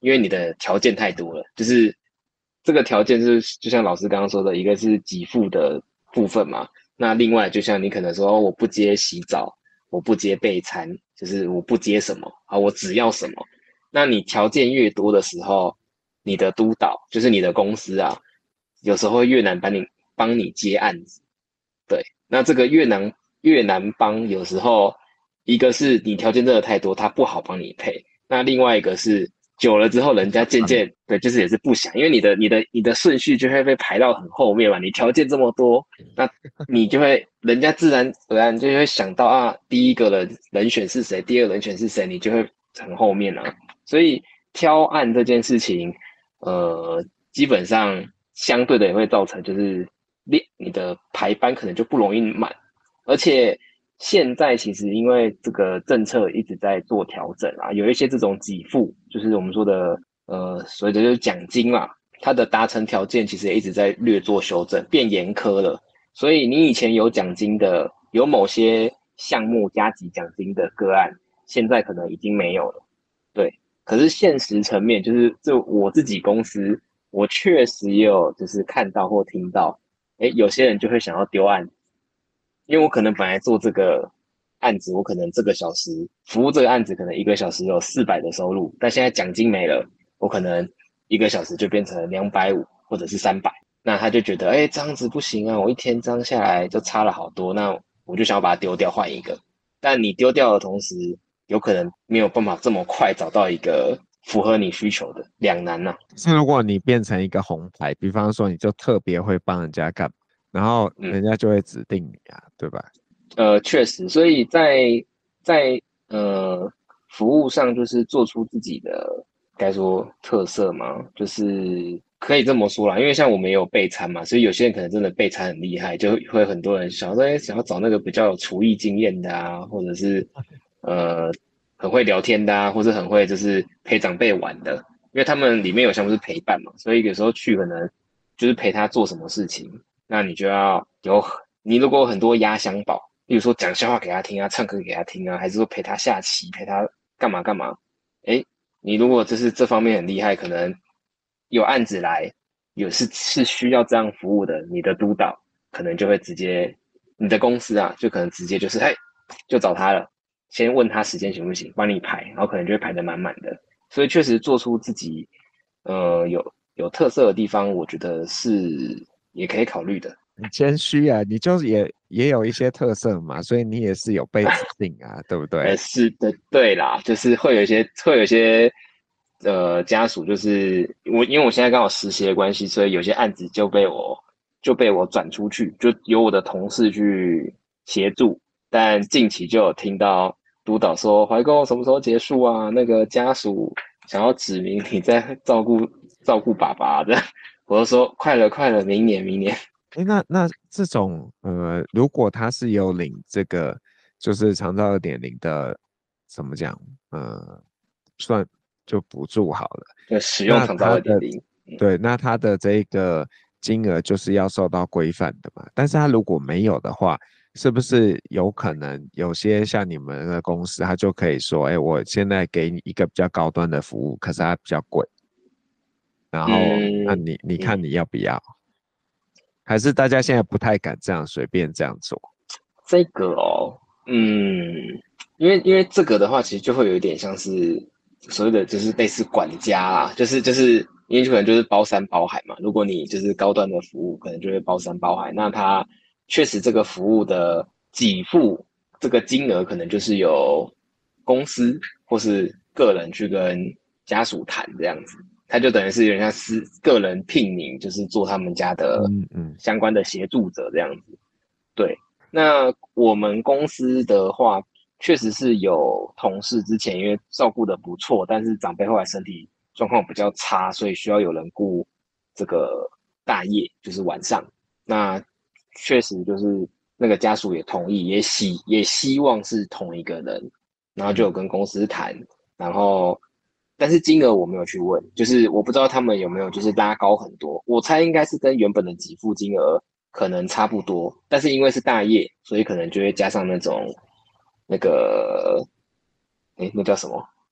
因为你的条件太多了，就是这个条件是就像老师刚刚说的，一个是给付的部分嘛，那另外就像你可能说我不接洗澡，我不接备餐，就是我不接什么啊，我只要什么。那你条件越多的时候，你的督导就是你的公司啊，有时候会越难帮你接案子。对，那这个越难帮，有时候一个是你条件真的太多，他不好帮你配；那另外一个是久了之后，人家渐渐对，就是也是不想，因为你的顺序就会被排到很后面嘛，你条件这么多，那你就会人家自然而然就会想到啊，第一个人选是谁，第二人选是谁，你就会很后面啊。所以挑案这件事情，基本上相对的也会造成就是你的排班可能就不容易满，而且现在其实因为这个政策一直在做调整啊，有一些这种给付，就是我们说的所谓的就是奖金嘛，它的达成条件其实也一直在略做修正，变严苛了。所以你以前有奖金的，有某些项目加级奖金的个案，现在可能已经没有了。对，可是现实层面，就我自己公司，我确实也有就是看到或听到，有些人就会想要丢案，因为我可能本来做这个案子，我可能这个小时服务这个案子，可能一个小时有400的收入，但现在奖金没了，我可能一个小时就变成250或者是300，那他就觉得，这样子不行啊，我一天这样下来就差了好多，那我就想要把它丢掉换一个，但你丢掉的同时，有可能没有办法这么快找到一个符合你需求的，两难呐、 是如果你变成一个红牌，比方说你就特别会帮人家干，然后人家就会指定你啊，对吧？ 确实，所以在服务上，就是做出自己的该说特色嘛，就是可以这么说啦。因为像我们也有备餐嘛，所以有些人可能真的备餐很厉害，就会很多人想说，想要找那个比较有厨艺经验的啊，或者是呃很会聊天的啊，或者很会就是陪长辈玩的，因为他们里面有项目是陪伴嘛，所以有时候去可能就是陪他做什么事情，那你就要你如果有很多压箱宝。例如说讲笑话给他听啊，唱歌给他听啊，还是说陪他下棋，陪他干嘛干嘛？哎，你如果就是这方面很厉害，可能有案子来，是需要这样服务的，你的督导可能就会直接，你的公司啊，就可能直接就是就找他了，先问他时间行不行，帮你排，然后可能就会排得满满的。所以确实做出自己有特色的地方，我觉得是也可以考虑的。 你谦虚啊，你就也有一些特色嘛，所以你也是有被指定啊，对不对？ 是的，对啦，就是会有一些家属，就是因为我现在刚好实习的关系，所以有些案子就被我转出去，就由我的同事去协助。但近期就有听到督导说怀共什么时候结束啊？那个家属想要指明你在照顾爸爸的，我就说快了快了，明年。 那这种如果他是有领这个就是长照2.0的，怎么讲？算就补助好了。 就使用那长照他的 2.0。 对，那他的这个金额就是要受到规范的嘛。但是他如果没有的话，是不是有可能有些像你们的公司，他就可以说，我现在给你一个比较高端的服务，可是它比较贵，然后那嗯你看你要不要？还是大家现在不太敢这样随便这样做？ 这个哦，嗯，因为这个的话，其实就会有一点像是所谓的就是类似管家啦，就是因为可能就是包山包海嘛。如果你就是高端的服务，可能就会包山包海。那它确实这个服务的给付这个金额，可能就是由公司或是个人去跟家属谈这样子。他就等于是有点像个人聘名，就是做他们家的嗯嗯。 相关的协助者这样子。对，那我们公司的话，确实是有同事之前因为照顾的不错，但是长辈后来身体状况比较差，所以需要有人顾这个大夜，就是晚上。那确实就是那个家属也同意，也希望是同一个人，然后就有跟公司谈，然后但是金额我没有去问，就是我不知道他们有没有就是拉高很多，我猜应该是跟原本的给付金额可能差不多，但是因为是大业，所以可能就会加上那种那个，那叫什么？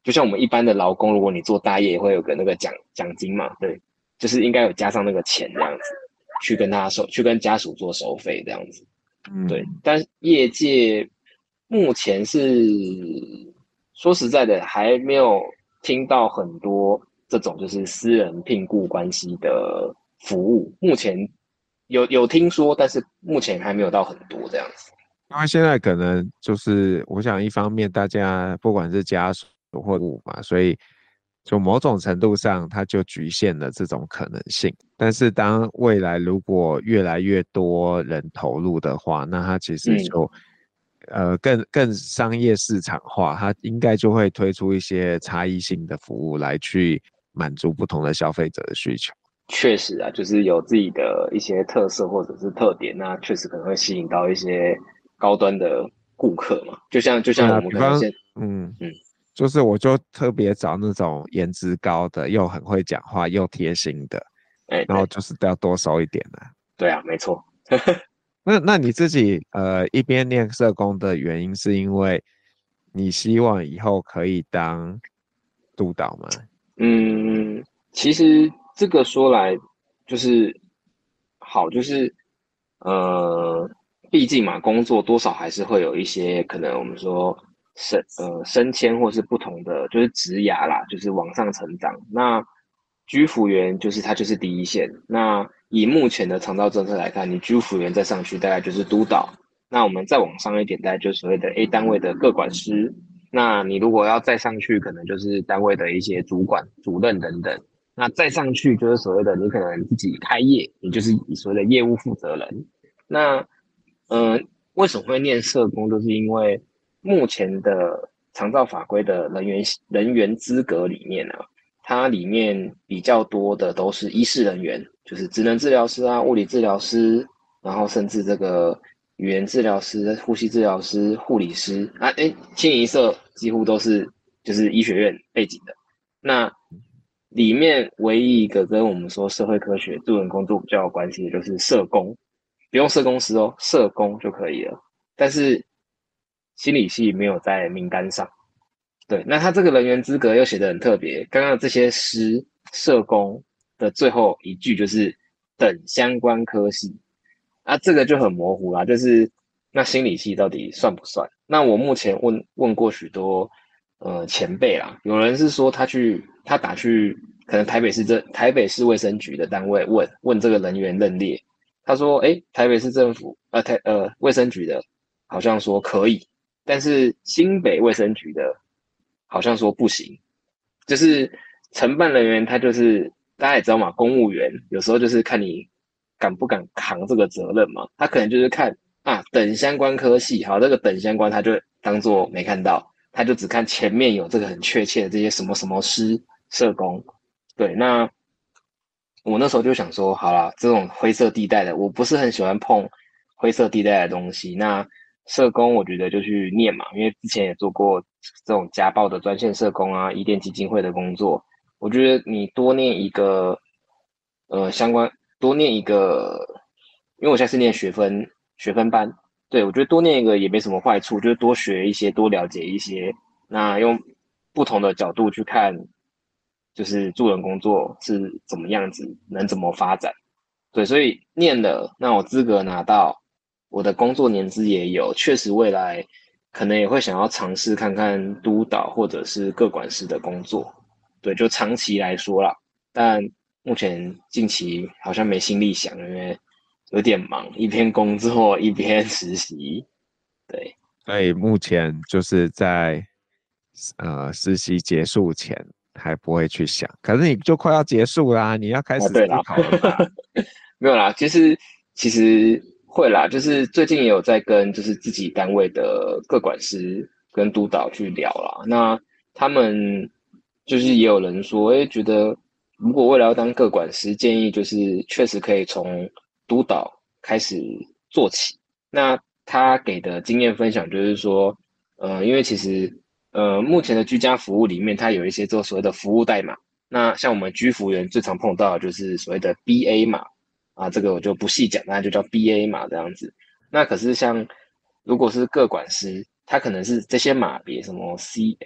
就像我们一般的劳工，如果你做大业，也会有个那个奖金嘛，对，就是应该有加上那个钱这样子，去跟家属做收费这样子，对。但业界目前是说实在的，还没有听到很多这种就是私人聘雇关系的服务，目前有听说，但是目前还没有到很多这样子。 因为现在可能就是我想一方面大家不管是家属或物嘛，所以就某种程度上它就局限了这种可能性。但是当未来如果越来越多人投入的话，那它其实就更商业市场化，它应该就会推出一些差异性的服务来去满足不同的消费者的需求。 确实啊，就是有自己的一些特色或者是特点，那确实可能会吸引到一些高端的顾客嘛。就像我对啊，比方们可能嗯， 就是我就特别找那种颜值高的，又很会讲话又贴心的，然后对就是要多收一点的。 对啊，没错。 那你自己一边念社工的原因是因为你希望以后可以当督导吗？ 嗯，其实这个说来就是好，就是呃，毕竟嘛，工作多少还是会有一些可能我们说升迁或是不同的就是职涯啦，就是往上成长。那居服员就是它就是第一线。那以目前的长照政策来看，你居服员再上去大概就是督导。那我们再往上一点，大概就是所谓的 A 单位的个管师。那你如果要再上去，可能就是单位的一些主管、主任等等。那再上去就是所谓的你可能自己开业，你就是所谓的业务负责人。那为什么会念社工，就是因为目前的长照法规的人员资格里面呢、它里面比较多的都是医事人员，就是职能治疗师啊、物理治疗师，然后甚至这个语言治疗师、呼吸治疗师、护理师啊，清一色几乎都是就是医学院背景的。那里面唯一一个跟我们说社会科学助人工作比较有关系的，就是社工，不用社工师哦，社工就可以了。但是心理系没有在名单上。对，那他这个人员资格又写得很特别，刚刚这些师、社工的最后一句就是等相关科系，啊，这个就很模糊啦，就是那心理系到底算不算？那我目前问过许多前辈啦，有人是说他打去可能台北市卫生局的单位问这个人员认列，他说，台北市政府卫生局的好像说可以，但是新北卫生局的好像说不行，就是承办人员他就是大家也知道嘛，公务员有时候就是看你敢不敢扛这个责任嘛，他可能就是看啊等相关科系，好，这个等相关他就当做没看到，他就只看前面有这个很确切的这些什么什么师社工，对，那我那时候就想说，好啦，这种灰色地带的，我不是很喜欢碰灰色地带的东西。那社工，我觉得就去念嘛，因为之前也做过这种家暴的专线社工啊，伊甸基金会的工作。我觉得你多念一个，相关多念一个，因为我现在是念学分班，对，我觉得多念一个也没什么坏处，就是多学一些，多了解一些，那用不同的角度去看，就是助人工作是怎么样子，能怎么发展。对，所以念了，那我资格拿到，我的工作年资也有，确实未来可能也会想要尝试看看督导或者是个管师的工作。对，就长期来说啦，但目前近期好像没心力想，因为有点忙，一边工作一边实习。对， 所以目前就是在实习结束前还不会去想，可是你就快要结束啦，你要开啊， 始思对啦， 考了吧？ 没有啦，其实会啦，就是最近也有在跟就是自己单位的个管师跟督导去聊啦。那他们就是也有人说，觉得如果未来要当个管师，建议就是确实可以从督导开始做起。那他给的经验分享就是说，因为其实目前的居家服务里面，它有一些做所谓的服务代码。那像我们居服员最常碰到的就是所谓的 BA 码啊，这个我就不细讲，那就叫 BA 码这样子。那可是像如果是个管师， 它可能是这些码别，什么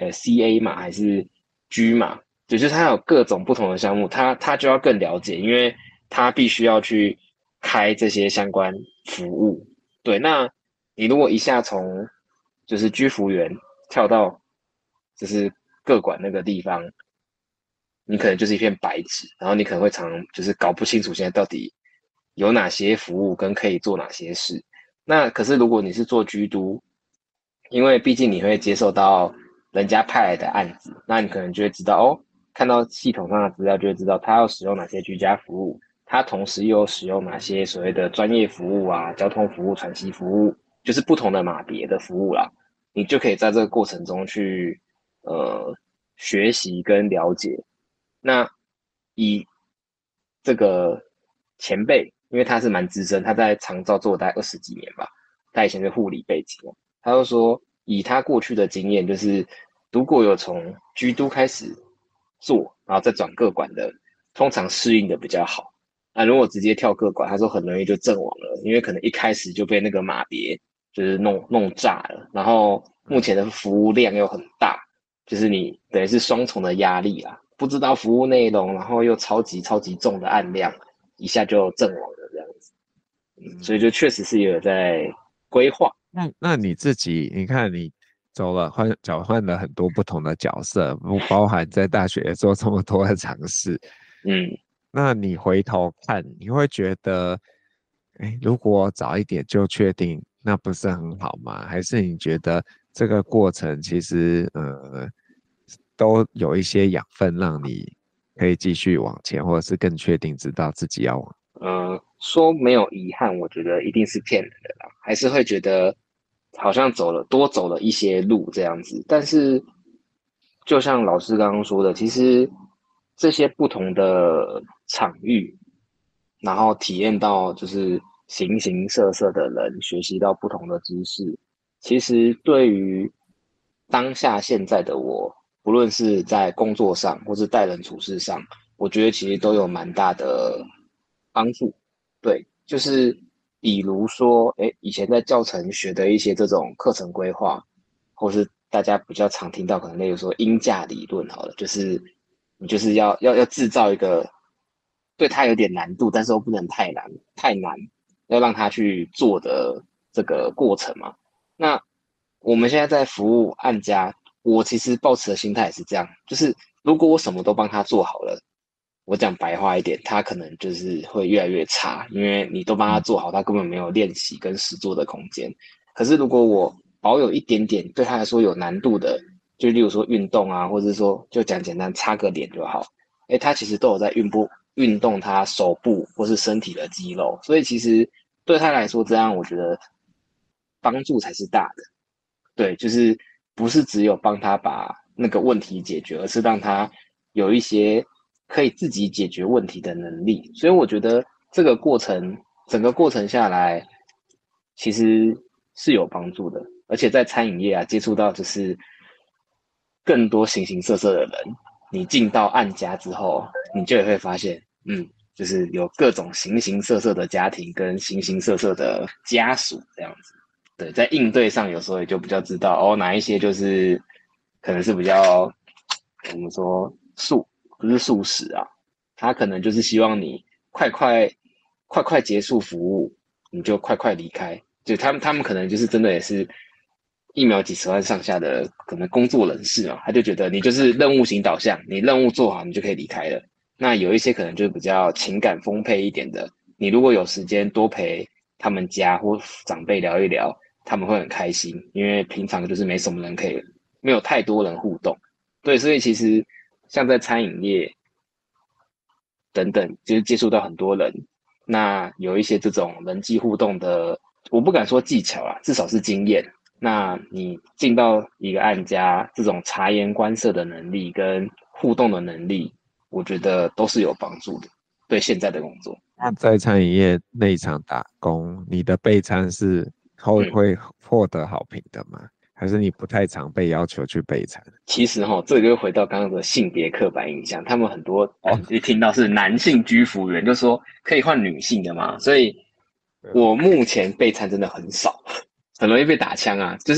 CA 码还是 G 码，就是它有各种不同的项目，它就要更了解，因为它必须要去开这些相关服务。对，那你如果一下从就是居服员跳到就是各管那个地方，你可能就是一片白纸，然后你可能会常就是搞不清楚现在到底有哪些服务跟可以做哪些事。那可是如果你是做居都，因为毕竟你会接受到人家派来的案子，那你可能就会知道哦，看到系统上的资料就会知道他要使用哪些居家服务，他同时又使用哪些所谓的专业服务啊、交通服务、喘息服务，就是不同的码别的服务啦，你就可以在这个过程中去学习跟了解。那以这个前辈，因为他是蛮资深，他在长照做了大概20几年吧，他以前是护理背景，他就说以他过去的经验，就是如果有从居都开始做，然后再转个管的，通常适应的比较好。那如果直接跳个管，他说很容易就阵亡了，因为可能一开始就被那个码别就是弄炸了，然后目前的服务量又很大，就是你等于是双重的压力啦，不知道服务内容，然后又超级超级重的案量，一下就阵亡了这样子。所以就确实是有在规划。 那你自己，你看你转换了很多不同的角色，不包含在大学做这么多的尝试。那你回头看，你会觉得，如果早一点就确定，那不是很好吗？还是你觉得这个过程其实都有一些养分，让你可以继续往前，或者是更确定知道自己要往？ 说没有遗憾，我觉得一定是骗人的啦，还是会觉得好像多走了一些路这样子。但是就像老师刚刚说的，其实这些不同的场域，然后体验到就是形形色色的人，学习到不同的知识，其实对于当下现在的我，不论是在工作上或是待人处事上，我觉得其实都有蛮大的帮助。对，就是比如说，以前在教程学的一些这种课程规划，或是大家比较常听到，可能例如说因价理论好了，就是你就是要制造一个对它有点难度，但是又不能太难，要让他去做的这个过程嘛。那我们现在在服务案家，我其实抱持的心态也是这样，就是如果我什么都帮他做好了，我讲白话一点，他可能就是会越来越差，因为你都帮他做好，他根本没有练习跟实做的空间。可是如果我保有一点点对他来说有难度的，就例如说运动啊，或者是说就讲简单擦个脸就好，他其实都有在运动他手部或是身体的肌肉，所以其实对他来说这样，我觉得帮助才是大的。对，就是不是只有帮他把那个问题解决，而是让他有一些可以自己解决问题的能力。所以我觉得这个过程，整个过程下来，其实是有帮助的。而且在餐饮业啊，接触到就是更多形形色色的人，你进到案家之后，你就也会发现，就是有各种形形色色的家庭跟形形色色的家属这样子。对，在应对上有时候也就比较知道哦，哪一些就是可能是比较我们说不是素食啊，他可能就是希望你快结束服务，你就快快离开。就他们可能就是真的也是一秒几十万上下的可能工作人士嘛，他就觉得你就是任务型导向，你任务做好你就可以离开了。那有一些可能就比较情感丰沛一点的，你如果有时间多陪他们家或长辈聊一聊，他们会很开心，因为平常就是没什么人可以，没有太多人互动。对，所以其实像在餐饮业等等，就是接触到很多人，那有一些这种人际互动的，我不敢说技巧啊，至少是经验。那你进到一个案家，这种察言观色的能力跟互动的能力，我觉得都是有帮助的，对现在的工作。 那在餐饮业内场打工，你的备餐是会获得好评的吗？还是你不太常被要求去备餐？ 其实这个就回到刚刚的性别刻板印象，他们很多一听到是男性居服员，就说可以换女性的嘛，所以我目前备餐真的很少，很容易被打枪啊。就是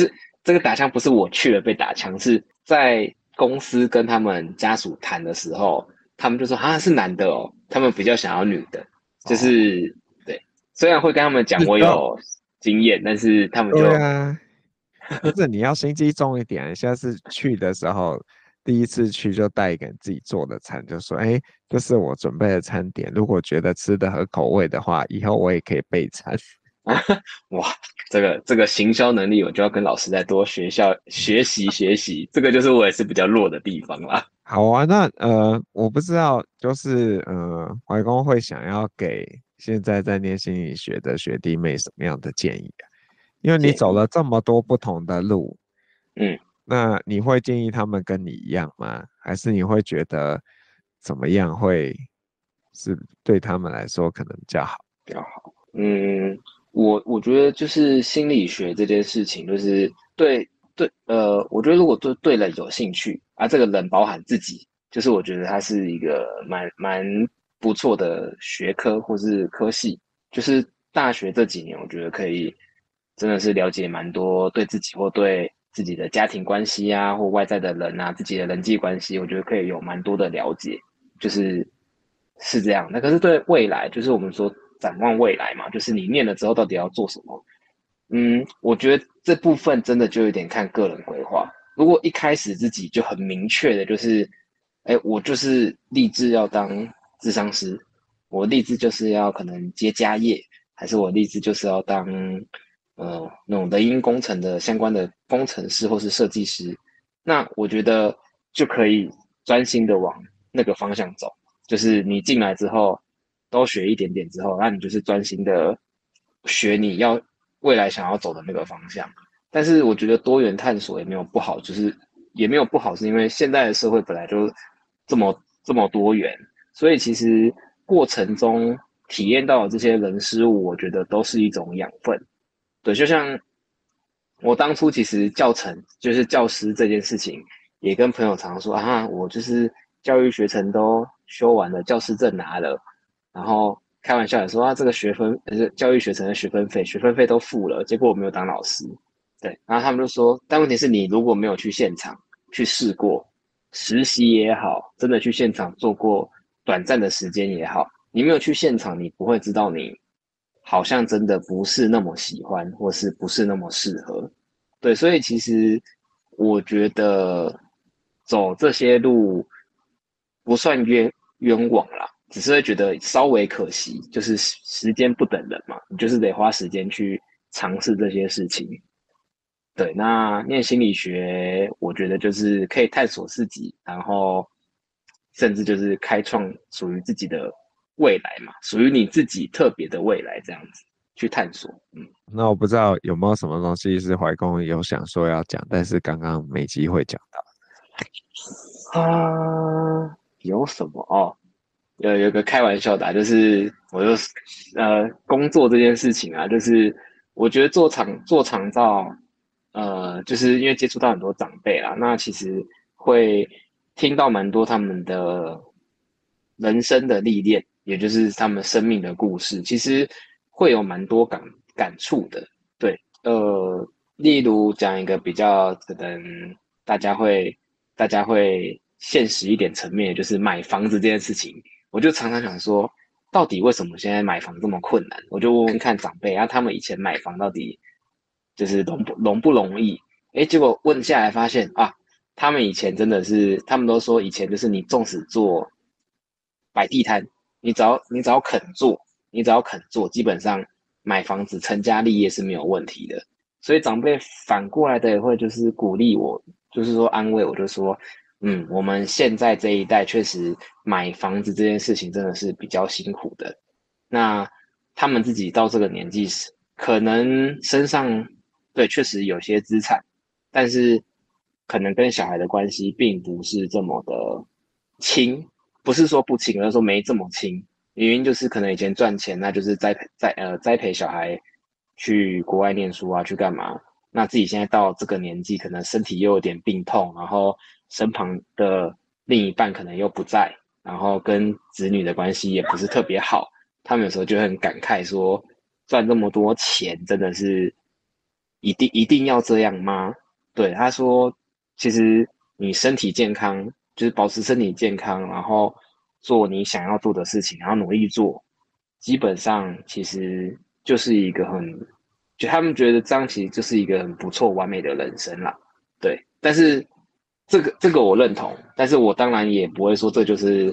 这个打枪不是我去了被打枪，是在公司跟他们家属谈的时候，他们就说啊是男的哦，他们比较想要女的，就是对，虽然会跟他们讲我有经验，但是他们就对啊，不是你要心机重一点，下次去的时候，第一次去就带一个自己做的餐，就说，哎，这是我准备的餐点，如果觉得吃的合口味的话，以后我也可以备餐。 哇，这个行销能力，我就要跟老师再多学习，这个就是我也是比较弱的地方啦。 好啊，那我不知道，就是怀公会想要给现在在念心理学的学弟妹什么样的建议啊？因为你走建议， 了这么多不同的路， 嗯。 那你会建议他们跟你一样吗？还是你会觉得怎么样会是对他们来说可能比较好？ 比较好。我觉得就是心理学这件事情，就是我觉得如果对人有兴趣啊，这个人包含自己，就是我觉得它是一个蛮不错的学科或是科系。就是大学这几年，我觉得可以真的是了解蛮多对自己或对自己的家庭关系啊，或外在的人啊，自己的人际关系，我觉得可以有蛮多的了解。就是这样。那可是对未来，就是我们说展望未来嘛，就是你念了之后到底要做什么？我觉得这部分真的就有点看个人规划。如果一开始自己就很明确的，就是，哎，我就是立志要当咨商师，我立志就是要可能接家业，还是我立志就是要当那种人因工程的相关的工程师或是设计师，那我觉得就可以专心的往那个方向走。就是你进来之后都学一点点之后，那你就是专心的学你要未来想要走的那个方向。但是我觉得多元探索也没有不好，就是也没有不好，是因为现在的社会本来就这么多元，所以其实过程中体验到的这些人事物，我觉得都是一种养分。对，就像我当初其实教程就是教师这件事情，也跟朋友常常说啊，我就是教育学程都修完了，教师证拿了，然后开玩笑也说啊，这个学分教育学程的学分费都付了，结果我没有当老师。对，然后他们就说，但问题是你如果没有去现场去试过，实习也好，真的去现场做过短暂的时间也好，你没有去现场，你不会知道你好像真的不是那么喜欢，或是不是那么适合。对，所以其实我觉得走这些路不算冤枉啦，只是会觉得稍微可惜，就是时间不等人嘛，你就是得花时间去尝试这些事情。对，那念心理学，我觉得就是可以探索自己，然后甚至就是开创属于自己的未来嘛，属于你自己特别的未来，这样子去探索。 那我不知道有没有什么东西是怀公有想说要讲，但是刚刚没机会讲到。 有什么哦？有个开玩笑的就是工作这件事情啊，就是我觉得做长照，就是因为接触到很多长辈啦，那其实会听到蛮多他们的人生的历练，也就是他们生命的故事，其实会有蛮多感触的。对，例如讲一个比较可能大家会大家会现实一点层面，就是买房子这件事情，我就常常想说，到底为什么现在买房这么困难？我就问问看长辈啊，他们以前买房到底就是容不容易？诶，结果问下来发现啊，他们以前真的是，他们都说以前就是你纵使做摆地摊，你只要肯做，基本上买房子成家立业是没有问题的。所以长辈反过来的也会就是鼓励我，就是说安慰我，就说，我们现在这一代确实买房子这件事情真的是比较辛苦的。那他们自己到这个年纪时，可能身上对确实有些资产，但是可能跟小孩的关系并不是这么的亲，不是说不亲，而是说没这么亲。原因就是可能以前赚钱，那就是栽培小孩去国外念书啊，去干嘛？那自己现在到这个年纪，可能身体又有点病痛，然后身旁的另一半可能又不在，然后跟子女的关系也不是特别好，他们有时候就很感慨说，赚这么多钱真的是一定要这样吗？ 对，他说，其实你身体健康，就是保持身体健康，然后做你想要做的事情，然后努力做，基本上其实就是一个就他们觉得这样其实就是一个很不错完美的人生啦。对，但是这个我认同，但是我当然也不会说这就是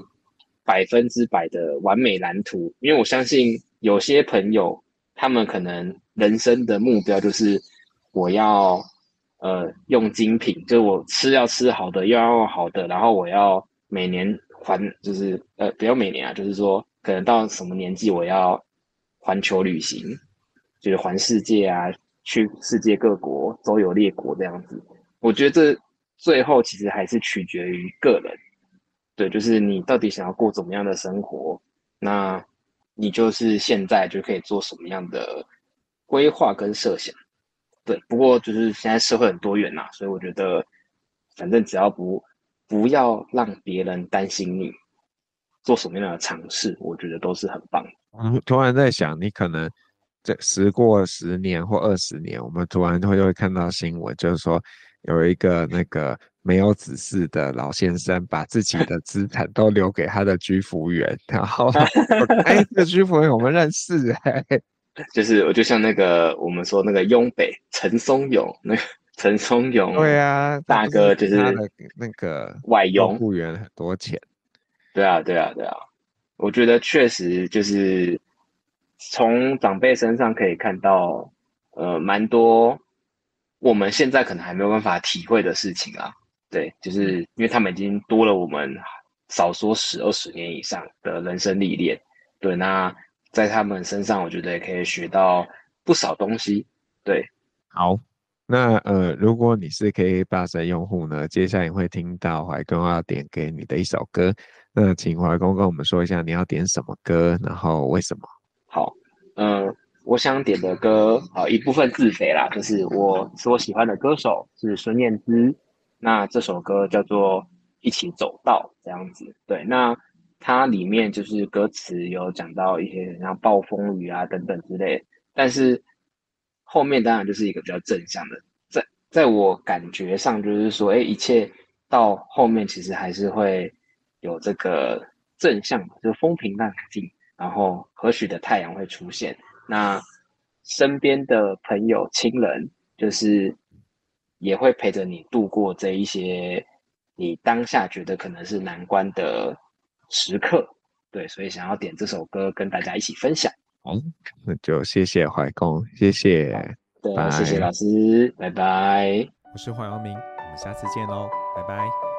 100%的完美蓝图，因为我相信有些朋友他们可能人生的目标就是我要用精品，就是我要吃好的，又要用好的，然后我要每年还，就是不要每年啊，就是说可能到什么年纪我要环球旅行，就是环世界啊，去世界各国周游列国这样子。我觉得这最后其实还是取决于个人，对，就是你到底想要过怎么样的生活，那你就是现在就可以做什么样的规划跟设想。对，不过就是现在社会很多元啦，所以我觉得，反正只要不要让别人担心你做什么样的尝试，我觉得都是很棒的。 突然在想，你可能时过10年或20年，我们突然会看到新闻，就是说有一个那个没有子嗣的老先生，把自己的资产都留给他的居服员，然后哎，这个居服员我们认识哎， 就是我就像那个我们说那个雍北陈松勇，那个陈松勇对啊，他大不是哥就是给他的那个救外佣。 护员很多钱。 对啊，对啊，对啊，我觉得确实就是从长辈身上可以看到，蛮多我们现在可能还没有办法体会的事情啊。对，就是因为他们已经多了我们少说10、20年以上的人生历练。对，那在他们身上，我觉得也可以学到不少东西。对， 好，那如果你是 KKBOX 的用户呢，接下来你会听到怀公要点给你的一首歌。那请怀公跟我们说一下你要点什么歌，然后为什么？ 好，我想点的歌，一部分自肥啦，就是我喜欢的歌手是孙燕姿，那这首歌叫做《一起走到》这样子。对，那它里面就是歌词有讲到一些像暴风雨啊等等之类的，但是后面当然就是一个比较正向的，在我感觉上就是说，哎，一切到后面其实还是会有这个正向的，就是风平浪静。然后何许的太阳会出现，那身边的朋友亲人就是也会陪着你度过这一些你当下觉得可能是难关的时刻。对，所以想要点这首歌跟大家一起分享。 好，那就谢谢怀公，谢谢， 对，谢谢拜。 老师，拜拜。 我是黄阳明，我们下次见喽，拜拜。